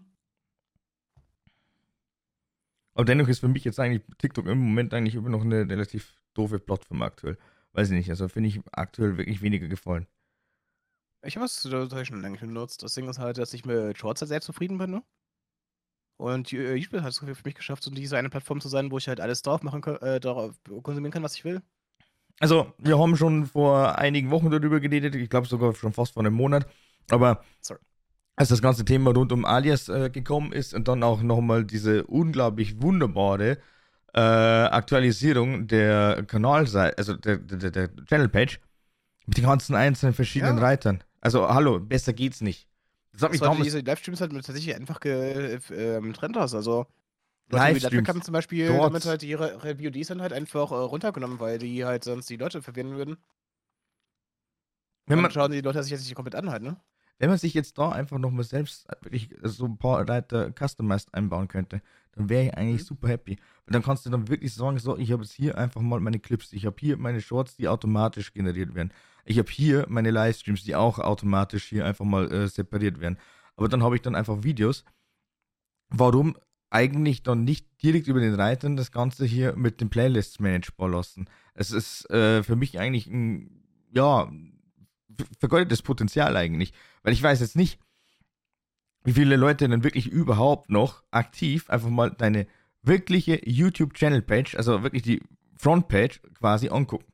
Aber dennoch ist für mich jetzt eigentlich TikTok im Moment eigentlich immer noch eine relativ doofe Plattform aktuell. Weiß ich nicht, also finde ich aktuell wirklich weniger gefallen. Ich habe es tatsächlich schon lange genutzt. Das Ding ist halt, dass ich mit Shorts halt sehr zufrieden bin, ne? Und YouTube hat es für mich geschafft, so diese eine Plattform zu sein, wo ich halt alles drauf machen kann, darauf konsumieren kann, was ich will. Also, wir haben schon vor einigen Wochen darüber geredet, ich glaube sogar schon fast vor einem Monat, aber Sorry. als das ganze Thema rund um Alias gekommen ist und dann auch nochmal diese unglaublich wunderbare Aktualisierung der Kanalseite, also der Channel-Page, mit den ganzen einzelnen verschiedenen Ja, Reitern. Also, hallo, besser geht's nicht. Das hat mich dass du halt damals diese Livestreams halt tatsächlich einfach getrennt hast. Also, Leute, die Ladback haben Livestreams, zum Beispiel damit Shorts. halt ihre VODs dann halt einfach runtergenommen, weil die halt sonst die Leute verwirren würden. Und Wenn dann man, schauen die Leute sich jetzt nicht komplett an halt, ne? wenn man sich jetzt da einfach nochmal selbst wirklich so ein paar Reiter customized einbauen könnte, dann wäre ich eigentlich Mhm. super happy. Und dann kannst du dann wirklich sagen, so, ich habe jetzt hier einfach mal meine Clips, ich habe hier meine Shorts, die automatisch generiert werden. Ich habe hier meine Livestreams, die auch automatisch hier einfach mal separiert werden. Aber dann habe ich dann einfach Videos. Warum eigentlich dann nicht direkt über den Reitern das Ganze hier mit den Playlists managebar lassen? Es ist für mich eigentlich ein, ja, vergeudetes Potenzial eigentlich. Weil ich weiß jetzt nicht, wie viele Leute denn wirklich überhaupt noch aktiv einfach mal deine wirkliche YouTube-Channel-Page, also wirklich die Frontpage quasi angucken.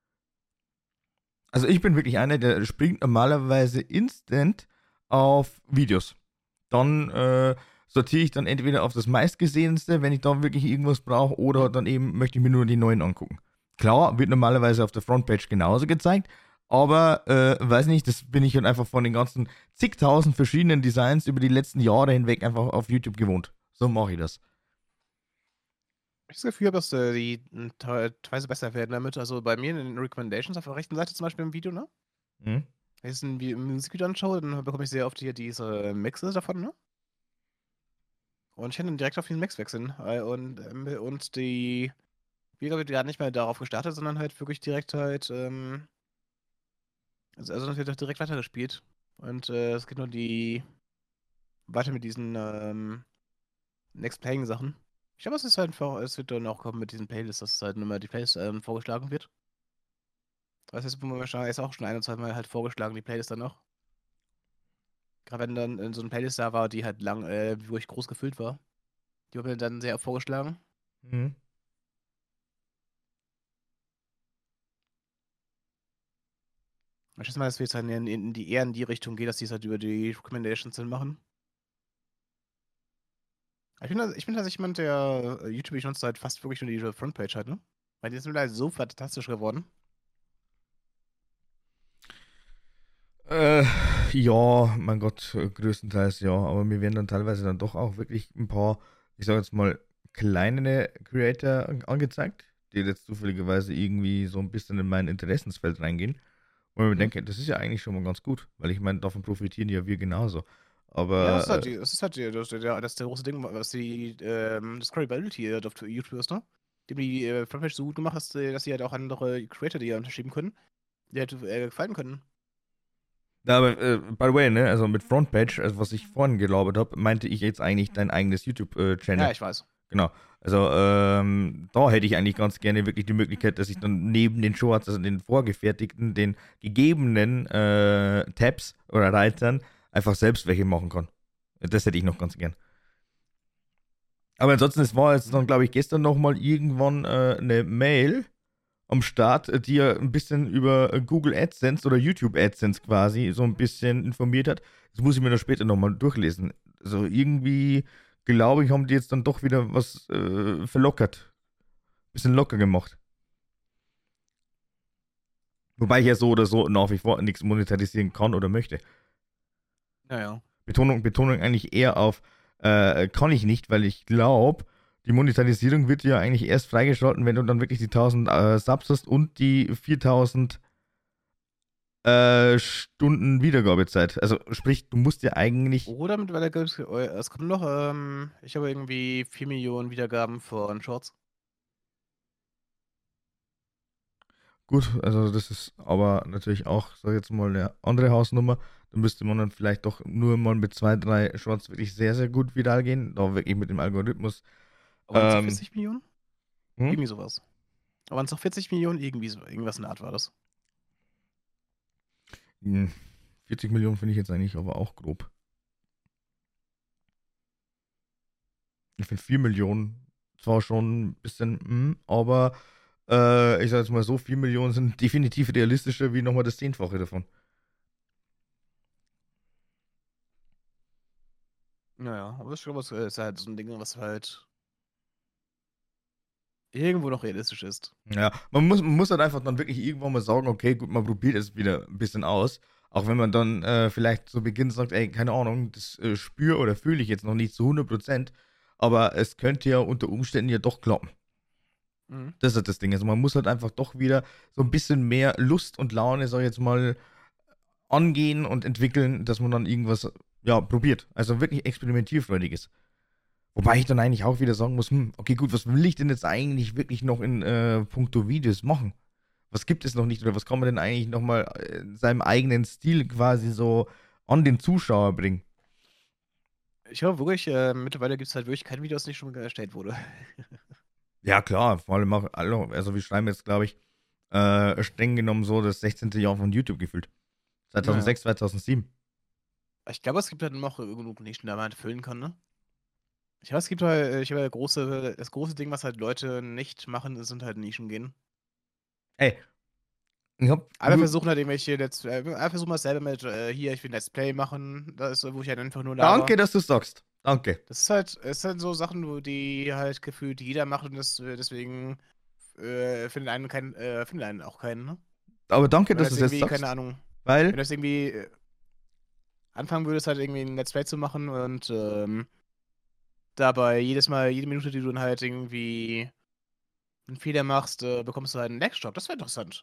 Also ich bin wirklich einer, der springt normalerweise instant auf Videos. Dann sortiere ich dann entweder auf das meistgesehenste, wenn ich da wirklich irgendwas brauche, oder Mhm. dann eben möchte ich mir nur die neuen angucken. Klar, wird normalerweise auf der Frontpage genauso gezeigt, aber weiß nicht, das bin ich halt einfach von den ganzen zigtausend verschiedenen Designs über die letzten Jahre hinweg einfach auf YouTube gewohnt. So mache ich das. Ich habe das Gefühl, dass die teilweise besser werden damit. Also bei mir in den Recommendations auf der rechten Seite zum Beispiel im Video, ne? Hm? Wenn ich ein Musikvideo anschaue, dann bekomme ich sehr oft hier diese Mixe davon, ne? Und ich kann dann direkt auf den Mix wechseln. Und die Video wird gar nicht mehr darauf gestartet, sondern halt wirklich direkt halt Also das wird doch direkt weitergespielt. Und es geht nur weiter mit diesen Next Playing Sachen. Ich glaube, es ist halt einfach, es wird dann auch kommen mit diesen Playlists, dass es halt immer die Playlist vorgeschlagen wird. Das ist momentan ist auch schon ein und zwei Mal halt vorgeschlagen, die Playlist dann noch. Gerade wenn dann so eine Playlist da war, die halt lang, wo ich groß gefüllt war. Die wurde mir dann sehr oft vorgeschlagen. Mhm. Ich schätze mal, dass wir jetzt halt eher in die Richtung gehen, dass die es halt über die Recommendations dann machen. Ich bin tatsächlich jemand, der YouTube ich nutze halt fast wirklich nur die Frontpage halt, ne? Weil die ist mittlerweile so fantastisch geworden. Äh, ja, mein Gott, größtenteils ja, aber mir werden dann teilweise dann doch auch wirklich ein paar, ich sag jetzt mal, kleine Creator angezeigt, die jetzt zufälligerweise irgendwie so ein bisschen in mein Interessensfeld reingehen. Und ich mir Mhm. denke, das ist ja eigentlich schon mal ganz gut, weil ich meine, davon profitieren ja wir genauso. Ja, Aber das ist halt das ist der große Ding, was die Discoverability auf YouTube ist, ne? Die Frontpage so gut gemacht hast, dass sie halt auch andere Creator die ja unterschieben können, die halt gefallen können. ja, aber by the way, ne, also mit Frontpage, also was ich vorhin gelabert habe, meinte ich jetzt eigentlich dein eigenes Ja, YouTube-Channel. ich weiß. Genau. Also da hätte ich eigentlich ganz gerne wirklich die Möglichkeit, dass ich dann neben den Shorts, also den vorgefertigten, den gegebenen Tabs oder Reitern einfach selbst welche machen kann. Das hätte ich noch ganz gern. Aber ansonsten, es war jetzt dann, glaube ich, gestern nochmal irgendwann eine Mail am Start, die ja ein bisschen über Google AdSense oder YouTube AdSense quasi so ein bisschen informiert hat. Das muss ich mir dann später nochmal durchlesen. Also irgendwie, glaube ich, haben die jetzt dann doch wieder was verlockert. Bisschen locker gemacht. Wobei ich ja so oder so nach wie vor nichts monetarisieren kann oder möchte. Naja. Betonung eigentlich eher auf kann ich nicht, weil ich glaube, die Monetarisierung wird ja eigentlich erst freigeschalten, wenn du dann wirklich die 1000 Subs hast und die 4000 Stunden Wiedergabezeit. Also sprich, du musst ja eigentlich. Oder mittlerweile gibt es kommt noch, ich habe irgendwie 4 Millionen Wiedergaben von Shorts. Gut, also das ist aber natürlich auch, sag ich jetzt mal, eine andere Hausnummer. Da müsste man dann vielleicht doch nur mal mit zwei, drei Shorts wirklich sehr, sehr gut viral gehen. Da wirklich mit dem Algorithmus. Aber waren es noch Ähm, 40 Millionen? hm? Irgendwie sowas. Aber waren es noch 40 Millionen? Irgendwie so, irgendwas in der Art war das. 40 Millionen finde ich jetzt eigentlich aber auch grob. Ich finde 4 Millionen zwar schon ein bisschen, aber ich sag jetzt mal so, 4 Millionen sind definitiv realistischer wie nochmal das Zehnfache davon. Naja, aber das ist halt so ein Ding, was halt irgendwo noch realistisch ist. Ja, man muss halt einfach dann wirklich irgendwann mal sagen, okay, gut, man probiert es wieder ein bisschen aus. Auch wenn man dann vielleicht zu Beginn sagt, ey, keine Ahnung, das spüre oder fühle ich jetzt noch nicht zu 100%, aber es könnte ja unter Umständen ja doch klappen. Mhm. Das ist halt das Ding. Also man muss halt einfach doch wieder so ein bisschen mehr Lust und Laune, sag ich jetzt mal, angehen und entwickeln, dass man dann irgendwas, ja, probiert. Also wirklich experimentierfreudig ist. Wobei ich dann eigentlich auch wieder sagen muss, okay, gut, was will ich denn jetzt eigentlich wirklich noch in puncto Videos machen? Was gibt es noch nicht oder was kann man denn eigentlich nochmal in seinem eigenen Stil quasi so an den Zuschauer bringen? Ich glaube wirklich, mittlerweile gibt es halt wirklich kein Video, das nicht schon erstellt wurde. Ja, klar, vor allem auch, also wir schreiben jetzt, glaube ich, streng genommen so das 16. Jahr von YouTube gefühlt. Naja. 2006, 2007. Ich glaube, es gibt halt noch genug Nischen, die man halt füllen kann, ne? Ich weiß, es gibt halt, ich habe ja das große Ding, was halt Leute nicht machen, sind halt Nischen gehen. Ey, ich hab Alle nur. versuchen halt irgendwelche alle versuchen das selber mit, hier, ich will Let's Play machen, das ist, wo ich halt einfach nur Danke, laber. dass du sagst. Danke. Das ist halt so Sachen, wo die halt gefühlt jeder macht und deswegen findet einen auch keinen, ne? Aber danke, Wenn du dass du jetzt es jetzt irgendwie, keine sagst, Ahnung, wenn weil, du jetzt irgendwie anfangen würdest, halt irgendwie ein Let's Play zu machen und dabei jedes Mal, jede Minute, die du dann halt irgendwie einen Fehler machst, bekommst du halt einen Lagstop. Das wäre interessant.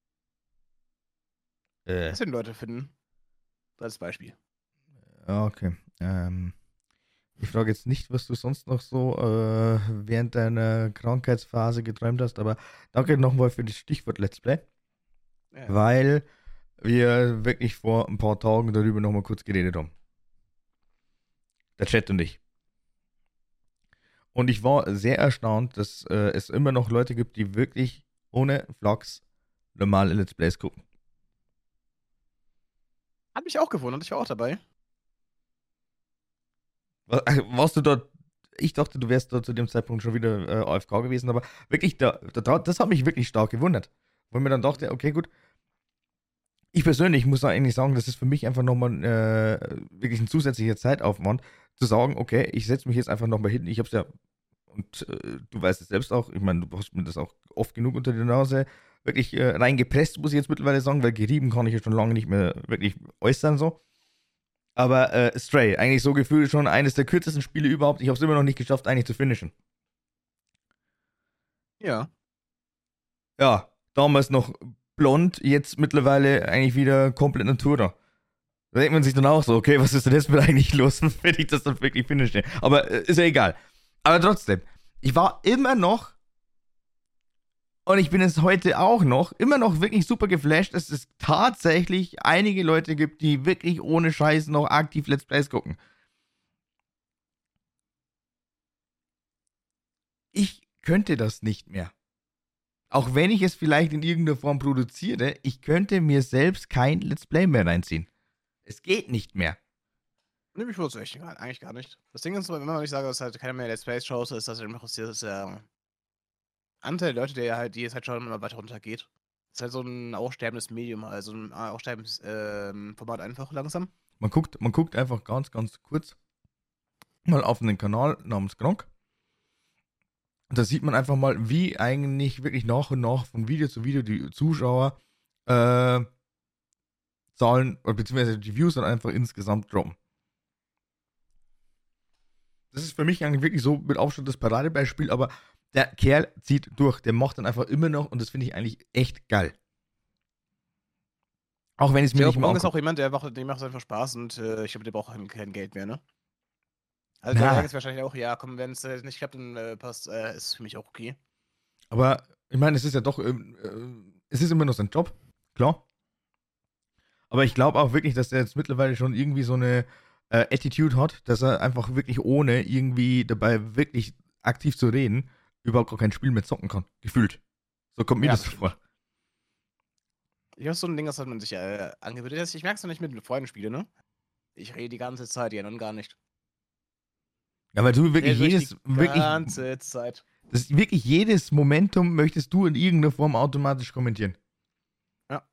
äh, Das würden Leute finden. Als Beispiel. ja, okay. Ich frage jetzt nicht, was du sonst noch so während deiner Krankheitsphase geträumt hast, aber danke nochmal für das Stichwort Let's Play, Ja. weil wir wirklich vor ein paar Tagen darüber nochmal kurz geredet haben. Der Chat und ich. Und ich war sehr erstaunt, dass es immer noch Leute gibt, die wirklich ohne Flachs normale Let's Plays gucken. Hat mich auch gewundert, ich war auch dabei. Warst du dort? Ich dachte, du wärst dort zu dem Zeitpunkt schon wieder AFK gewesen, aber wirklich, das hat mich wirklich stark gewundert. Weil mir dann dachte, okay, gut. Ich persönlich muss da eigentlich sagen, das ist für mich einfach nochmal wirklich ein zusätzlicher Zeitaufwand, zu sagen, okay, ich setze mich jetzt einfach nochmal hin. Ich hab's ja, und du weißt es selbst auch, ich meine, du hast mir das auch oft genug unter die Nase wirklich reingepresst, muss ich jetzt mittlerweile sagen, weil gerieben kann ich ja schon lange nicht mehr wirklich äußern so. Aber Stray, eigentlich so gefühlt schon eines der kürzesten Spiele überhaupt. Ich habe es immer noch nicht geschafft, eigentlich zu finishen. Ja. Ja, damals noch blond, jetzt mittlerweile eigentlich wieder komplett Natura. Da denkt man sich dann auch so, okay, was ist denn jetzt mit eigentlich los, wenn ich das dann wirklich finische? Aber ist ja egal. Aber trotzdem, ich war immer noch, und ich bin es heute auch noch, immer noch wirklich super geflasht, dass es tatsächlich einige Leute gibt, die wirklich ohne Scheiß noch aktiv Let's Plays gucken. Ich könnte das nicht mehr. Auch wenn ich es vielleicht in irgendeiner Form produziere, ich könnte mir selbst kein Let's Play mehr reinziehen. Es geht nicht mehr. Nee, mich wundert es echt eigentlich gar nicht. Das Ding ist, wenn man nicht sagt, dass halt keiner mehr Let's Plays schaut, ist das einfach dass der Anteil der Leute, die jetzt halt schon immer weiter runtergeht. Das ist halt so ein aussterbendes Medium, also ein aussterbendes Format einfach langsam. Man guckt einfach ganz kurz mal auf einen Kanal namens Gronk. Und da sieht man einfach mal, wie eigentlich wirklich nach und nach von Video zu Video die Zuschauer Zahlen, oder beziehungsweise die Views dann einfach insgesamt droppen. Das ist für mich eigentlich wirklich so mit Aufstand das Paradebeispiel, aber der Kerl zieht durch, der macht dann einfach immer noch und das finde ich eigentlich echt geil. Auch wenn es mir nicht mehr Gronk ist auch jemand, dem macht es einfach Spaß und ich glaube, der braucht kein Geld mehr, ne? Also Na. der denkt jetzt wahrscheinlich auch, ja, komm, wenn es nicht klappt, dann passt, ist für mich auch okay. Aber ich meine, es ist ja doch, es ist immer noch sein Job, klar. Aber ich glaube auch wirklich, dass er jetzt mittlerweile schon irgendwie so eine Attitude hat, dass er einfach wirklich ohne irgendwie dabei wirklich aktiv zu reden, überhaupt gar kein Spiel mehr zocken kann. Gefühlt. So kommt mir Ja, das vor. Ich habe so ein Ding, das hat man sich angewöhnt. Ich merke es noch nicht mit Freunden spiele, ne? Ich rede die ganze Zeit, die anderen gar nicht. Ja, weil du wirklich Die ganze Zeit. Das ist wirklich jedes Momentum möchtest du in irgendeiner Form automatisch kommentieren. Ja.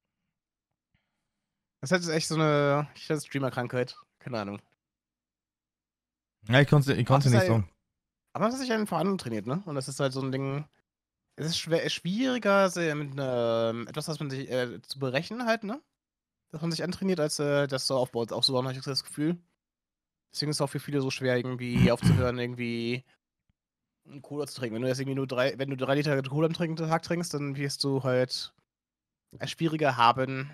Das ist echt so eine Streamer-Krankheit. Keine Ahnung. Ja, ich konnte nicht sagen. Aber man hat sich einfach antrainiert, ne? Und das ist halt so ein Ding. Es ist schwieriger, mit etwas, was man sich zu berechnen halt, ne? Dass man sich antrainiert, als das so aufbaut. Auch so habe ich das Gefühl. Deswegen ist es auch für viele so schwer, irgendwie aufzuhören, irgendwie einen Cola zu trinken. Wenn du jetzt irgendwie wenn du 3 Liter Cola am Tag trinkst, dann wirst du halt es schwieriger haben,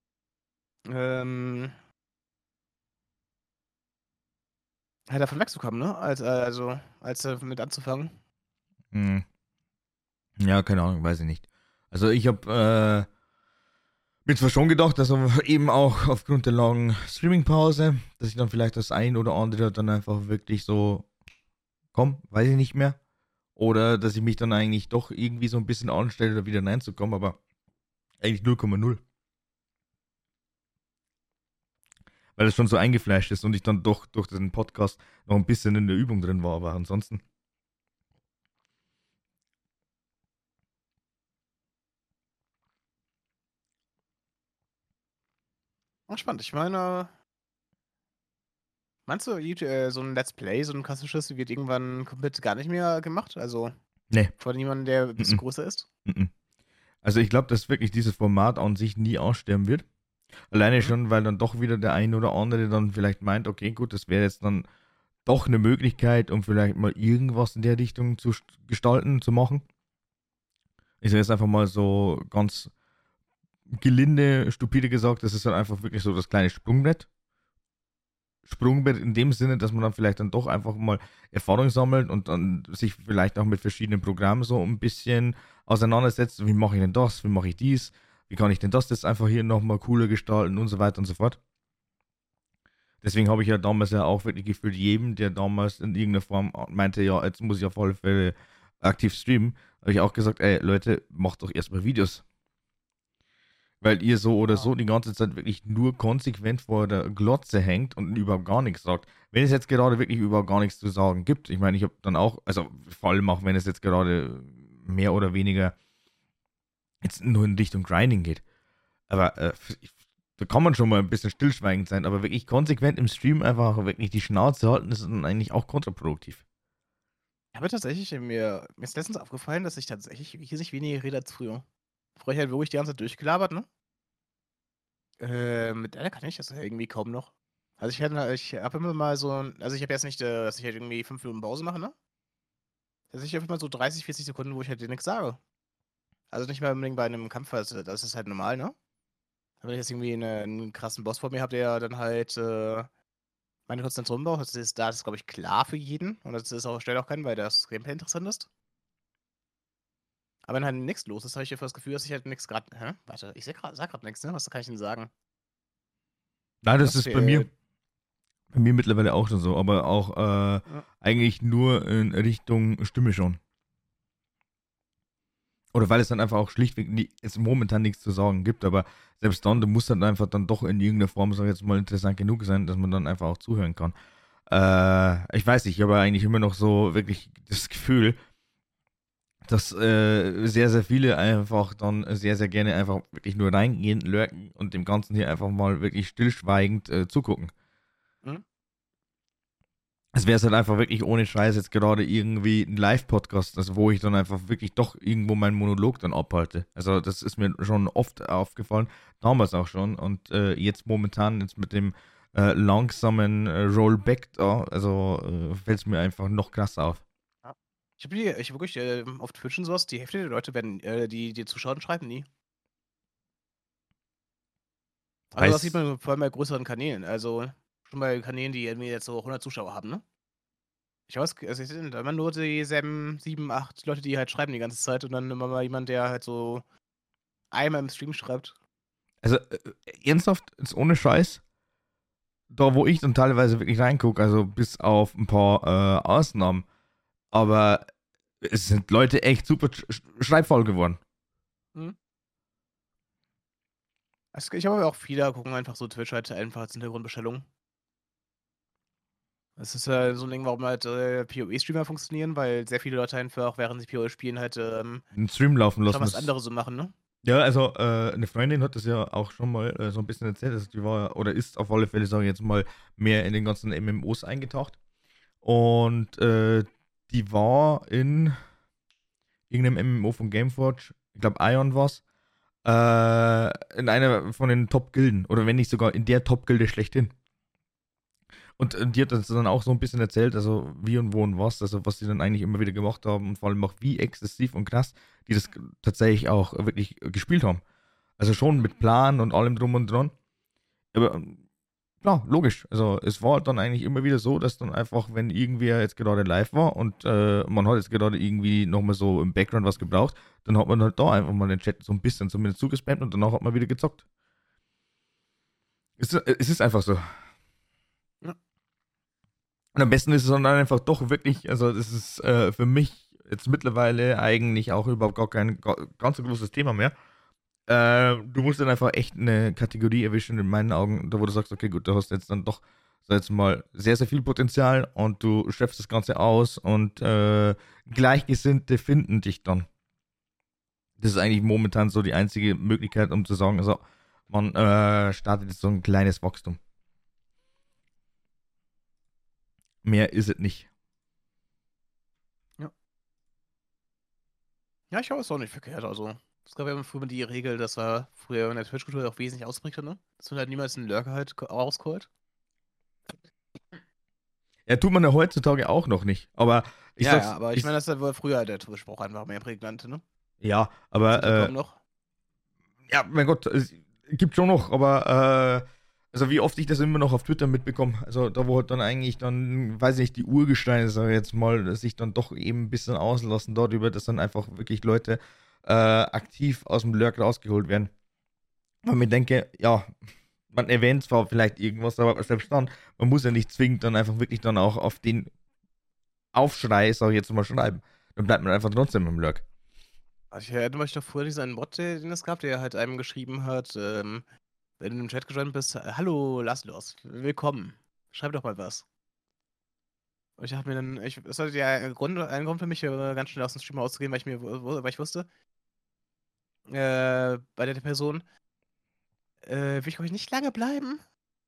halt davon wegzukommen, ne? Als mit anzufangen. Hm. Ja, keine Ahnung, weiß ich nicht. Also ich habe mir zwar schon gedacht, dass eben auch aufgrund der langen Streaming-Pause, dass ich dann vielleicht das ein oder andere dann einfach wirklich so, komm, weiß ich nicht mehr. Oder dass ich mich dann eigentlich doch irgendwie so ein bisschen anstelle, da wieder reinzukommen, aber eigentlich 0,0. Weil es schon so eingefleischt ist und ich dann doch durch den Podcast noch ein bisschen in der Übung drin war, aber ansonsten. Ach, spannend. Ich meine, meinst du, so ein Let's Play, so ein klassisches, wird irgendwann komplett gar nicht mehr gemacht? Also Nee. von jemandem, der ein bisschen größer ist? Also ich glaube, dass wirklich dieses Format an sich nie aussterben wird. Alleine schon, weil dann doch wieder der ein oder andere dann vielleicht meint, okay, gut, das wäre jetzt dann doch eine Möglichkeit, um vielleicht mal irgendwas in der Richtung zu gestalten, zu machen. Ich sage jetzt einfach mal so ganz gelinde, stupide gesagt, das ist dann einfach wirklich so das kleine Sprungbrett. Sprungbrett in dem Sinne, dass man dann vielleicht dann doch einfach mal Erfahrung sammelt und dann sich vielleicht auch mit verschiedenen Programmen so ein bisschen auseinandersetzt. Wie mache ich denn das? Wie mache ich dies? Wie kann ich denn das jetzt einfach hier nochmal cooler gestalten und so weiter und so fort. Deswegen habe ich ja damals ja auch wirklich gefühlt jedem, der damals in irgendeiner Form meinte, ja, jetzt muss ich auf alle Fälle aktiv streamen, habe ich auch gesagt, ey Leute, macht doch erstmal Videos. Weil ihr so oder Ja. so die ganze Zeit wirklich nur konsequent vor der Glotze hängt und überhaupt gar nichts sagt. Wenn es jetzt gerade wirklich überhaupt gar nichts zu sagen gibt, ich meine, ich habe dann auch, also vor allem auch, wenn es jetzt gerade mehr oder weniger jetzt nur in Richtung Grinding geht. Aber da kann man schon mal ein bisschen stillschweigend sein, aber wirklich konsequent im Stream einfach wirklich die Schnauze halten, ist dann eigentlich auch kontraproduktiv. Aber tatsächlich, mir ist letztens aufgefallen, dass ich tatsächlich riesig weniger rede als früher. Früher halt wirklich die ganze Zeit durchgelabert, ne? Mit der kann ich das ja irgendwie kaum noch. Also ich habe immer mal so, also ich habe jetzt nicht, dass ich halt irgendwie 5 Minuten Pause mache, ne? Also ich habe immer so 30, 40 Sekunden, wo ich halt dir nichts sage. Also nicht mal unbedingt bei einem Kampf, also das ist halt normal, ne? Wenn ich jetzt irgendwie einen krassen Boss vor mir habe, der dann halt meine Konzentration braucht, das ist, glaube ich, klar für jeden. Und das ist auch, stellt auch keinen, weil das Gameplay interessant ist. Aber wenn halt nichts los ist, habe ich einfach das Gefühl, dass ich halt nichts gerade. Hä? Warte, ich sag gerade nichts, ne? Was kann ich denn sagen? Nein, das Was ist bei fehlt? mir mittlerweile auch schon so, aber auch Ja. eigentlich nur in Richtung Stimme schon. Oder weil es dann einfach auch schlichtweg es momentan nichts zu sagen gibt, aber selbst dann, du musst dann einfach dann doch in irgendeiner Form, sag ich jetzt mal, interessant genug sein, dass man dann einfach auch zuhören kann. Ich weiß nicht, ich habe eigentlich immer noch so wirklich das Gefühl, dass sehr, sehr viele einfach dann sehr, sehr gerne einfach wirklich nur reingehen, lurken und dem Ganzen hier einfach mal wirklich stillschweigend zugucken. Hm? Es wäre halt einfach wirklich ohne Scheiß jetzt gerade irgendwie ein Live-Podcast, also wo ich dann einfach wirklich doch irgendwo meinen Monolog dann abhalte. Also das ist mir schon oft aufgefallen, damals auch schon und jetzt momentan jetzt mit dem langsamen Rollback da, also fällt es mir einfach noch krasser auf. Ja. Ich habe wirklich auf Twitch und sowas, die Hälfte der Leute werden, die zuschauen, schreiben nie. Also das sieht Heißt, man vor allem bei größeren Kanälen. Also schon bei Kanälen, die irgendwie jetzt so 100 Zuschauer haben, ne? Ich weiß, also es sind immer nur dieselben 7, 8 Leute, die halt schreiben die ganze Zeit und dann immer mal jemand, der halt so einmal im Stream schreibt. also ernsthaft, jetzt ohne Scheiß, da wo ich dann teilweise wirklich reingucke, also bis auf ein paar Ausnahmen, aber es sind Leute echt super schreibfaul geworden. Hm? Also ich habe auch viele gucken einfach so Twitch halt einfach als Hintergrundbestellung. Das ist so ein Ding, warum halt PoE-Streamer funktionieren, weil sehr viele Leute einfach, auch während sie PoE spielen, halt einen Stream laufen schon lassen. was anderes so machen, ne? Ja, also eine Freundin hat das ja auch schon mal so ein bisschen erzählt. Also die war oder ist auf alle Fälle, sage ich jetzt mal, mehr in den ganzen MMOs eingetaucht. Und die war in irgendeinem MMO von Gameforge, ich glaube Ion war's, in einer von den Top-Gilden. Oder wenn nicht sogar in der Top-Gilde schlechthin. Und die hat das dann auch so ein bisschen erzählt, also wie und wo und was, also was die dann eigentlich immer wieder gemacht haben und vor allem auch wie exzessiv und krass die das tatsächlich auch wirklich gespielt haben. Also schon mit Plan und allem drum und dran. Aber klar, logisch. Also es war dann eigentlich immer wieder so, dass dann einfach, wenn irgendwer jetzt gerade live war und man hat jetzt gerade irgendwie nochmal so im Background was gebraucht, dann hat man halt da einfach mal den Chat so ein bisschen zumindest zugespammt und danach hat man wieder gezockt. Es ist einfach so. Ja. Und am besten ist es dann einfach doch wirklich, also das ist für mich jetzt mittlerweile eigentlich auch überhaupt gar kein ganz so großes Thema mehr. Du musst dann einfach echt eine Kategorie erwischen, in meinen Augen, da wo du sagst, okay, gut, du hast jetzt dann doch, sag jetzt mal, sehr, sehr viel Potenzial und du schöpfst das Ganze aus und Gleichgesinnte finden dich dann. Das ist eigentlich momentan so die einzige Möglichkeit, um zu sagen, also man startet jetzt so ein kleines Wachstum. Mehr ist es nicht. Ja. Ja, ich glaube, es ist auch nicht verkehrt. Also, es gab ja früher die Regel, dass er früher in der Twitch-Kultur auch wesentlich ausprägte, ne? Dass man halt niemals einen Lurker halt rauscallt. Ja, tut man ja heutzutage auch noch nicht. Aber ich Ja, ja, sag's, aber ich meine, das war früher der Twitch-Spruch einfach mehr prägnant, ne? ja, Jetzt aber halt kaum noch. ja, mein Gott, es gibt schon noch, aber also wie oft ich das immer noch auf Twitter mitbekomme, also da wo halt dann eigentlich dann, weiß ich nicht, die Urgesteine, sag ich jetzt mal, sich dann doch eben ein bisschen auslassen darüber, dass dann einfach wirklich Leute aktiv aus dem Lurk rausgeholt werden. weil mir denke, ja, man erwähnt zwar vielleicht irgendwas, aber selbst dann, man muss ja nicht zwingend dann einfach wirklich dann auch auf den Aufschrei, sag ich jetzt mal, schreiben. Dann bleibt man einfach trotzdem im Lurk. Also ich erinnere mich doch früher diesen Bot, den es gab, der halt einem geschrieben hat, wenn du im Chat gestanden bist, hallo Laszlos, willkommen. Schreib doch mal was. Und ich dachte mir dann, es hatte ja einen Grund für mich, ganz schnell aus dem Stream auszugehen, weil ich wusste, bei der Person, will ich glaube ich nicht lange bleiben.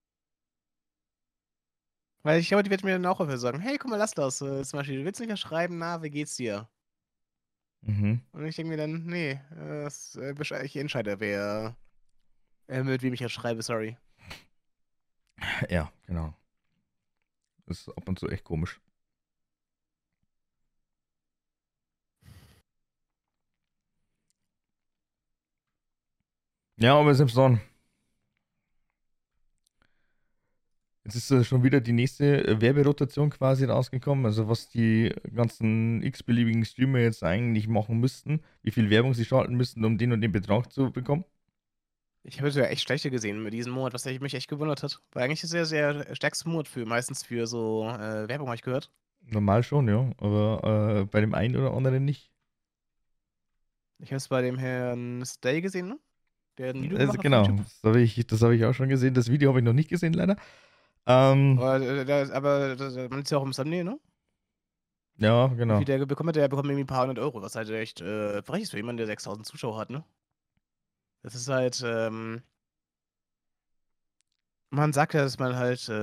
Weil ich glaube, die wird mir dann auch einfach sagen, hey, guck mal, Laszlos, zum Beispiel, du willst nicht mehr schreiben, na, wie geht's dir? Mhm. Und ich denke mir dann, nee, ich entscheide, mit wem ich jetzt schreibe, sorry. Ja, genau. Das ist ab und zu echt komisch. Ja, aber selbst dann. Jetzt ist schon wieder die nächste Werberotation quasi rausgekommen. Also was die ganzen x-beliebigen Streamer jetzt eigentlich machen müssten, wie viel Werbung sie schalten müssten, um den und den Betrag zu bekommen. Ich habe ja echt schlechte gesehen mit diesem Monat, was mich echt gewundert hat. Weil eigentlich ist es ja der stärkste Monat meistens für so Werbung, habe ich gehört. Normal schon, ja. Aber bei dem einen oder anderen nicht. Ich habe es bei dem Herrn Stay gesehen, ne? Der ein Video Also gemacht hat auf genau, YouTube. das hab ich auch schon gesehen. Das Video habe ich noch nicht gesehen, leider. Ähm, Man ist ja auch im Thumbnail, ne? ja, Wie viel genau. der bekommt? Der bekommt irgendwie ein paar hundert Euro, was halt echt frech ist für jemanden, der 6000 Zuschauer hat, ne? Das ist halt, man sagt ja, dass man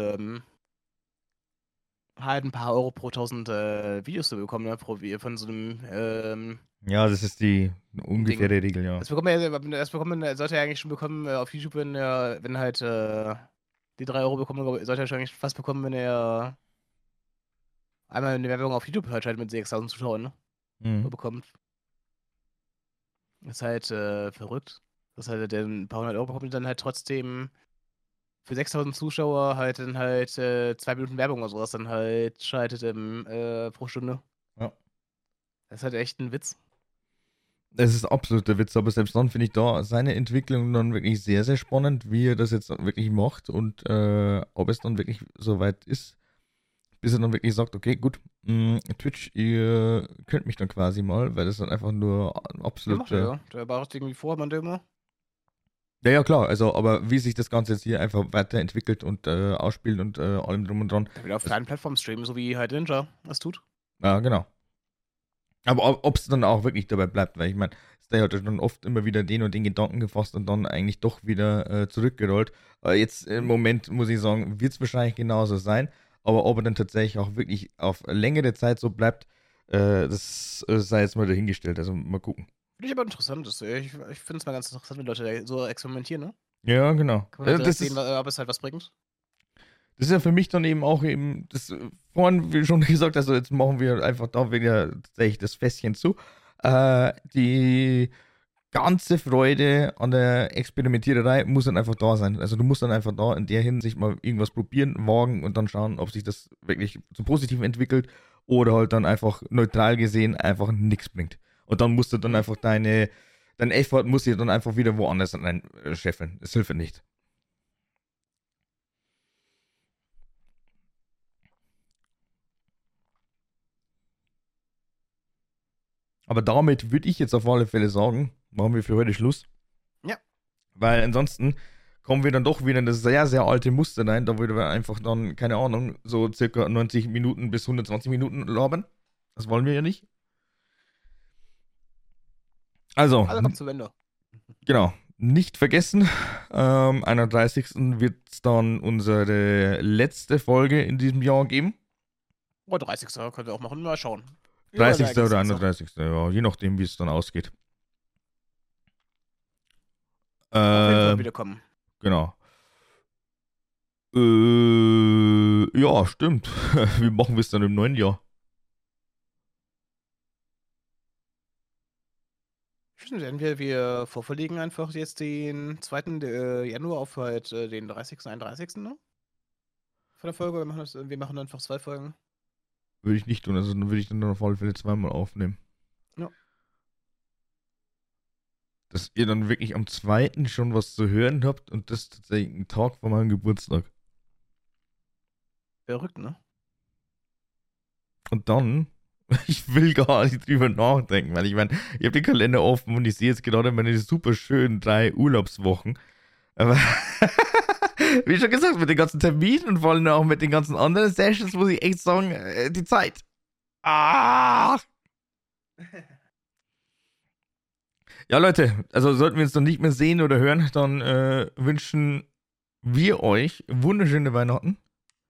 halt ein paar Euro pro 1000 Videos zu bekommen, ne? Von so einem Ja, das ist die Ding. ungefähre Regel, ja. Das bekommt man, sollte er eigentlich schon bekommen auf YouTube, wenn halt die 3 Euro bekommen, sollte er schon eigentlich fast bekommen, wenn er einmal eine Werbung auf YouTube halt mit 6000 Zuschauern, ne? So Mhm. bekommt. Ist halt verrückt. Dass halt der ein paar hundert Euro bekommt und dann halt trotzdem für 6000 Zuschauer halt dann halt 2 Minuten Werbung oder sowas dann halt schaltet pro Stunde. Ja. Das ist halt echt ein Witz. Es ist absolut der Witz, aber selbst dann finde ich da seine Entwicklung dann wirklich sehr, sehr spannend, wie er das jetzt wirklich macht und ob es dann wirklich so weit ist, bis er dann wirklich sagt, okay, gut, Twitch, ihr könnt mich dann quasi mal, weil das dann einfach nur Ja, absolut, macht er ja. Der braucht irgendwie vor, man der immer. ja, ja, klar, also, aber wie sich das Ganze jetzt hier einfach weiterentwickelt und ausspielt und allem drum und dran, Der will auf das, freien Plattformen streamen, so wie halt Ninja das tut. ja, genau. Aber ob es dann auch wirklich dabei bleibt, weil ich meine, Stay hat ja schon oft immer wieder den und den Gedanken gefasst und dann eigentlich doch wieder zurückgerollt. Jetzt im Mhm. Moment muss ich sagen, wird es wahrscheinlich genauso sein. Aber ob er dann tatsächlich auch wirklich auf längere Zeit so bleibt, das sei jetzt mal dahingestellt. Also mal gucken. Finde ich aber interessant. Ich finde es mal ganz interessant, wenn Leute da so experimentieren, ne? Ja, genau. Kann man halt direkt Das sehen, ist, ob es halt was bringt. das ist ja für mich dann eben auch eben, das vorhin wie schon gesagt, also jetzt machen wir einfach da wieder tatsächlich das Fässchen zu. Die ganze Freude an der Experimentiererei muss dann einfach da sein. Also du musst dann einfach da in der Hinsicht mal irgendwas probieren, wagen und dann schauen, ob sich das wirklich zum Positiven entwickelt oder halt dann einfach neutral gesehen einfach nichts bringt. Und dann musst du dann Mhm. einfach dein Effort muss dir dann einfach wieder woanders scheffeln. Das hilft ja nicht. Aber damit würde ich jetzt auf alle Fälle sagen, machen wir für heute Schluss. Ja. Weil ansonsten kommen wir dann doch wieder in das sehr, sehr alte Muster rein. Da würde wir einfach dann, keine Ahnung, so circa 90 Minuten bis 120 Minuten labern. Das wollen wir ja nicht. Also, Also kommt zur Wende. genau. Nicht vergessen, 31. wird es dann unsere letzte Folge in diesem Jahr geben. Oh, 30. Könnt ihr auch machen, mal schauen. Wie euer 30. Ereignis oder ist. 31. Ja, je nachdem, wie es dann ausgeht. Auf jeden Fall Ähm, wiederkommen. genau. Ja, stimmt. Wie machen wir es dann im neuen Jahr? Stimmt, wir vorverlegen einfach jetzt den 2. Januar auf halt den 30., 31., ne? Von der Folge. Wir machen einfach 2 Folgen. Würde ich nicht tun. Also dann würde ich dann auf alle Fälle zweimal aufnehmen. Ja. dass ihr dann wirklich am zweiten schon was zu hören habt und das tatsächlich ein Tag vor meinem Geburtstag. Verrückt, ne? Und dann, ich will gar nicht drüber nachdenken, weil ich meine, ich habe den Kalender offen und ich sehe jetzt gerade meine super schönen 3 Urlaubswochen. Aber wie schon gesagt, mit den ganzen Terminen und vor allem auch mit den ganzen anderen Sessions muss ich echt sagen, die Zeit. Ah! Ja, Leute, also sollten wir uns dann nicht mehr sehen oder hören, dann wünschen wir euch wunderschöne Weihnachten.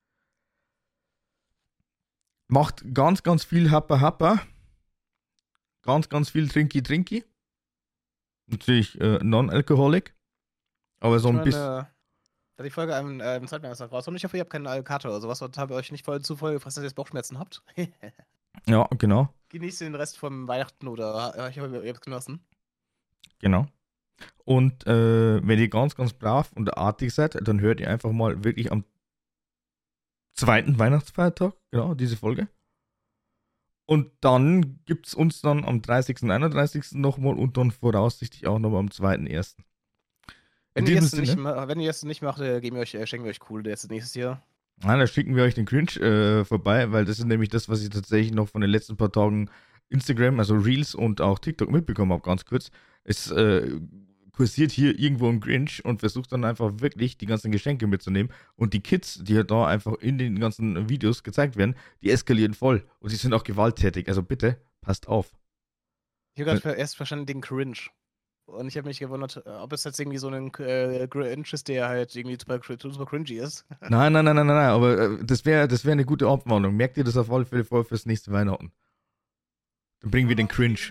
Macht ganz, ganz viel Happa Happa. Ganz, ganz viel Trinki Trinki. Natürlich non-alcoholic. Aber so Ich ein bisschen. meine, da die Folge am zweiten Weihnachtstag raus und ich hoffe, ihr habt keine Alkate oder sowas und habt euch nicht voll zu voll gefressen, dass ihr jetzt Bauchschmerzen habt. Ja, genau. Genießt den Rest vom Weihnachten oder ich hoffe, ihr habt es genossen. Genau. Und wenn ihr ganz, ganz brav und artig seid, dann hört ihr einfach mal wirklich am zweiten Weihnachtsfeiertag, genau, diese Folge. Und dann gibt es uns dann am 30. und 31. nochmal und dann voraussichtlich auch nochmal am 2.1. In Wenn ihr diesem es nicht, Sinne, wenn ihr es nicht macht, schenken wir euch cool jetzt nächstes Jahr. da schicken wir euch den Cringe vorbei, weil das ist nämlich das, was ich tatsächlich noch von den letzten paar Tagen Instagram, also Reels und auch TikTok mitbekommen habe, ganz kurz. Es kursiert hier irgendwo ein Grinch und versucht dann einfach wirklich die ganzen Geschenke mitzunehmen. Und die Kids, die halt da einfach in den ganzen Videos gezeigt werden, die eskalieren voll. Und die sind auch gewalttätig. Also bitte, passt auf. Ich habe gerade erst verstanden den Cringe. Und ich habe mich gewundert, ob es jetzt irgendwie so ein Cringe ist, der halt irgendwie super cringy ist. Nein, nein, nein, nein, nein, aber das wär eine gute Abwarnung. Merkt ihr das auf alle Fälle vor fürs nächste Weihnachten? Dann bringen wir den Cringe.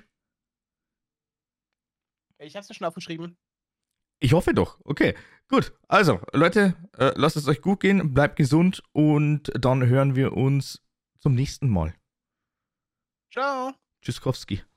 Ich habe es mir schon aufgeschrieben. Ich hoffe doch. Okay, gut. Also, Leute, lasst es euch gut gehen, bleibt gesund und dann hören wir uns zum nächsten Mal. Ciao. Tschüsskowski.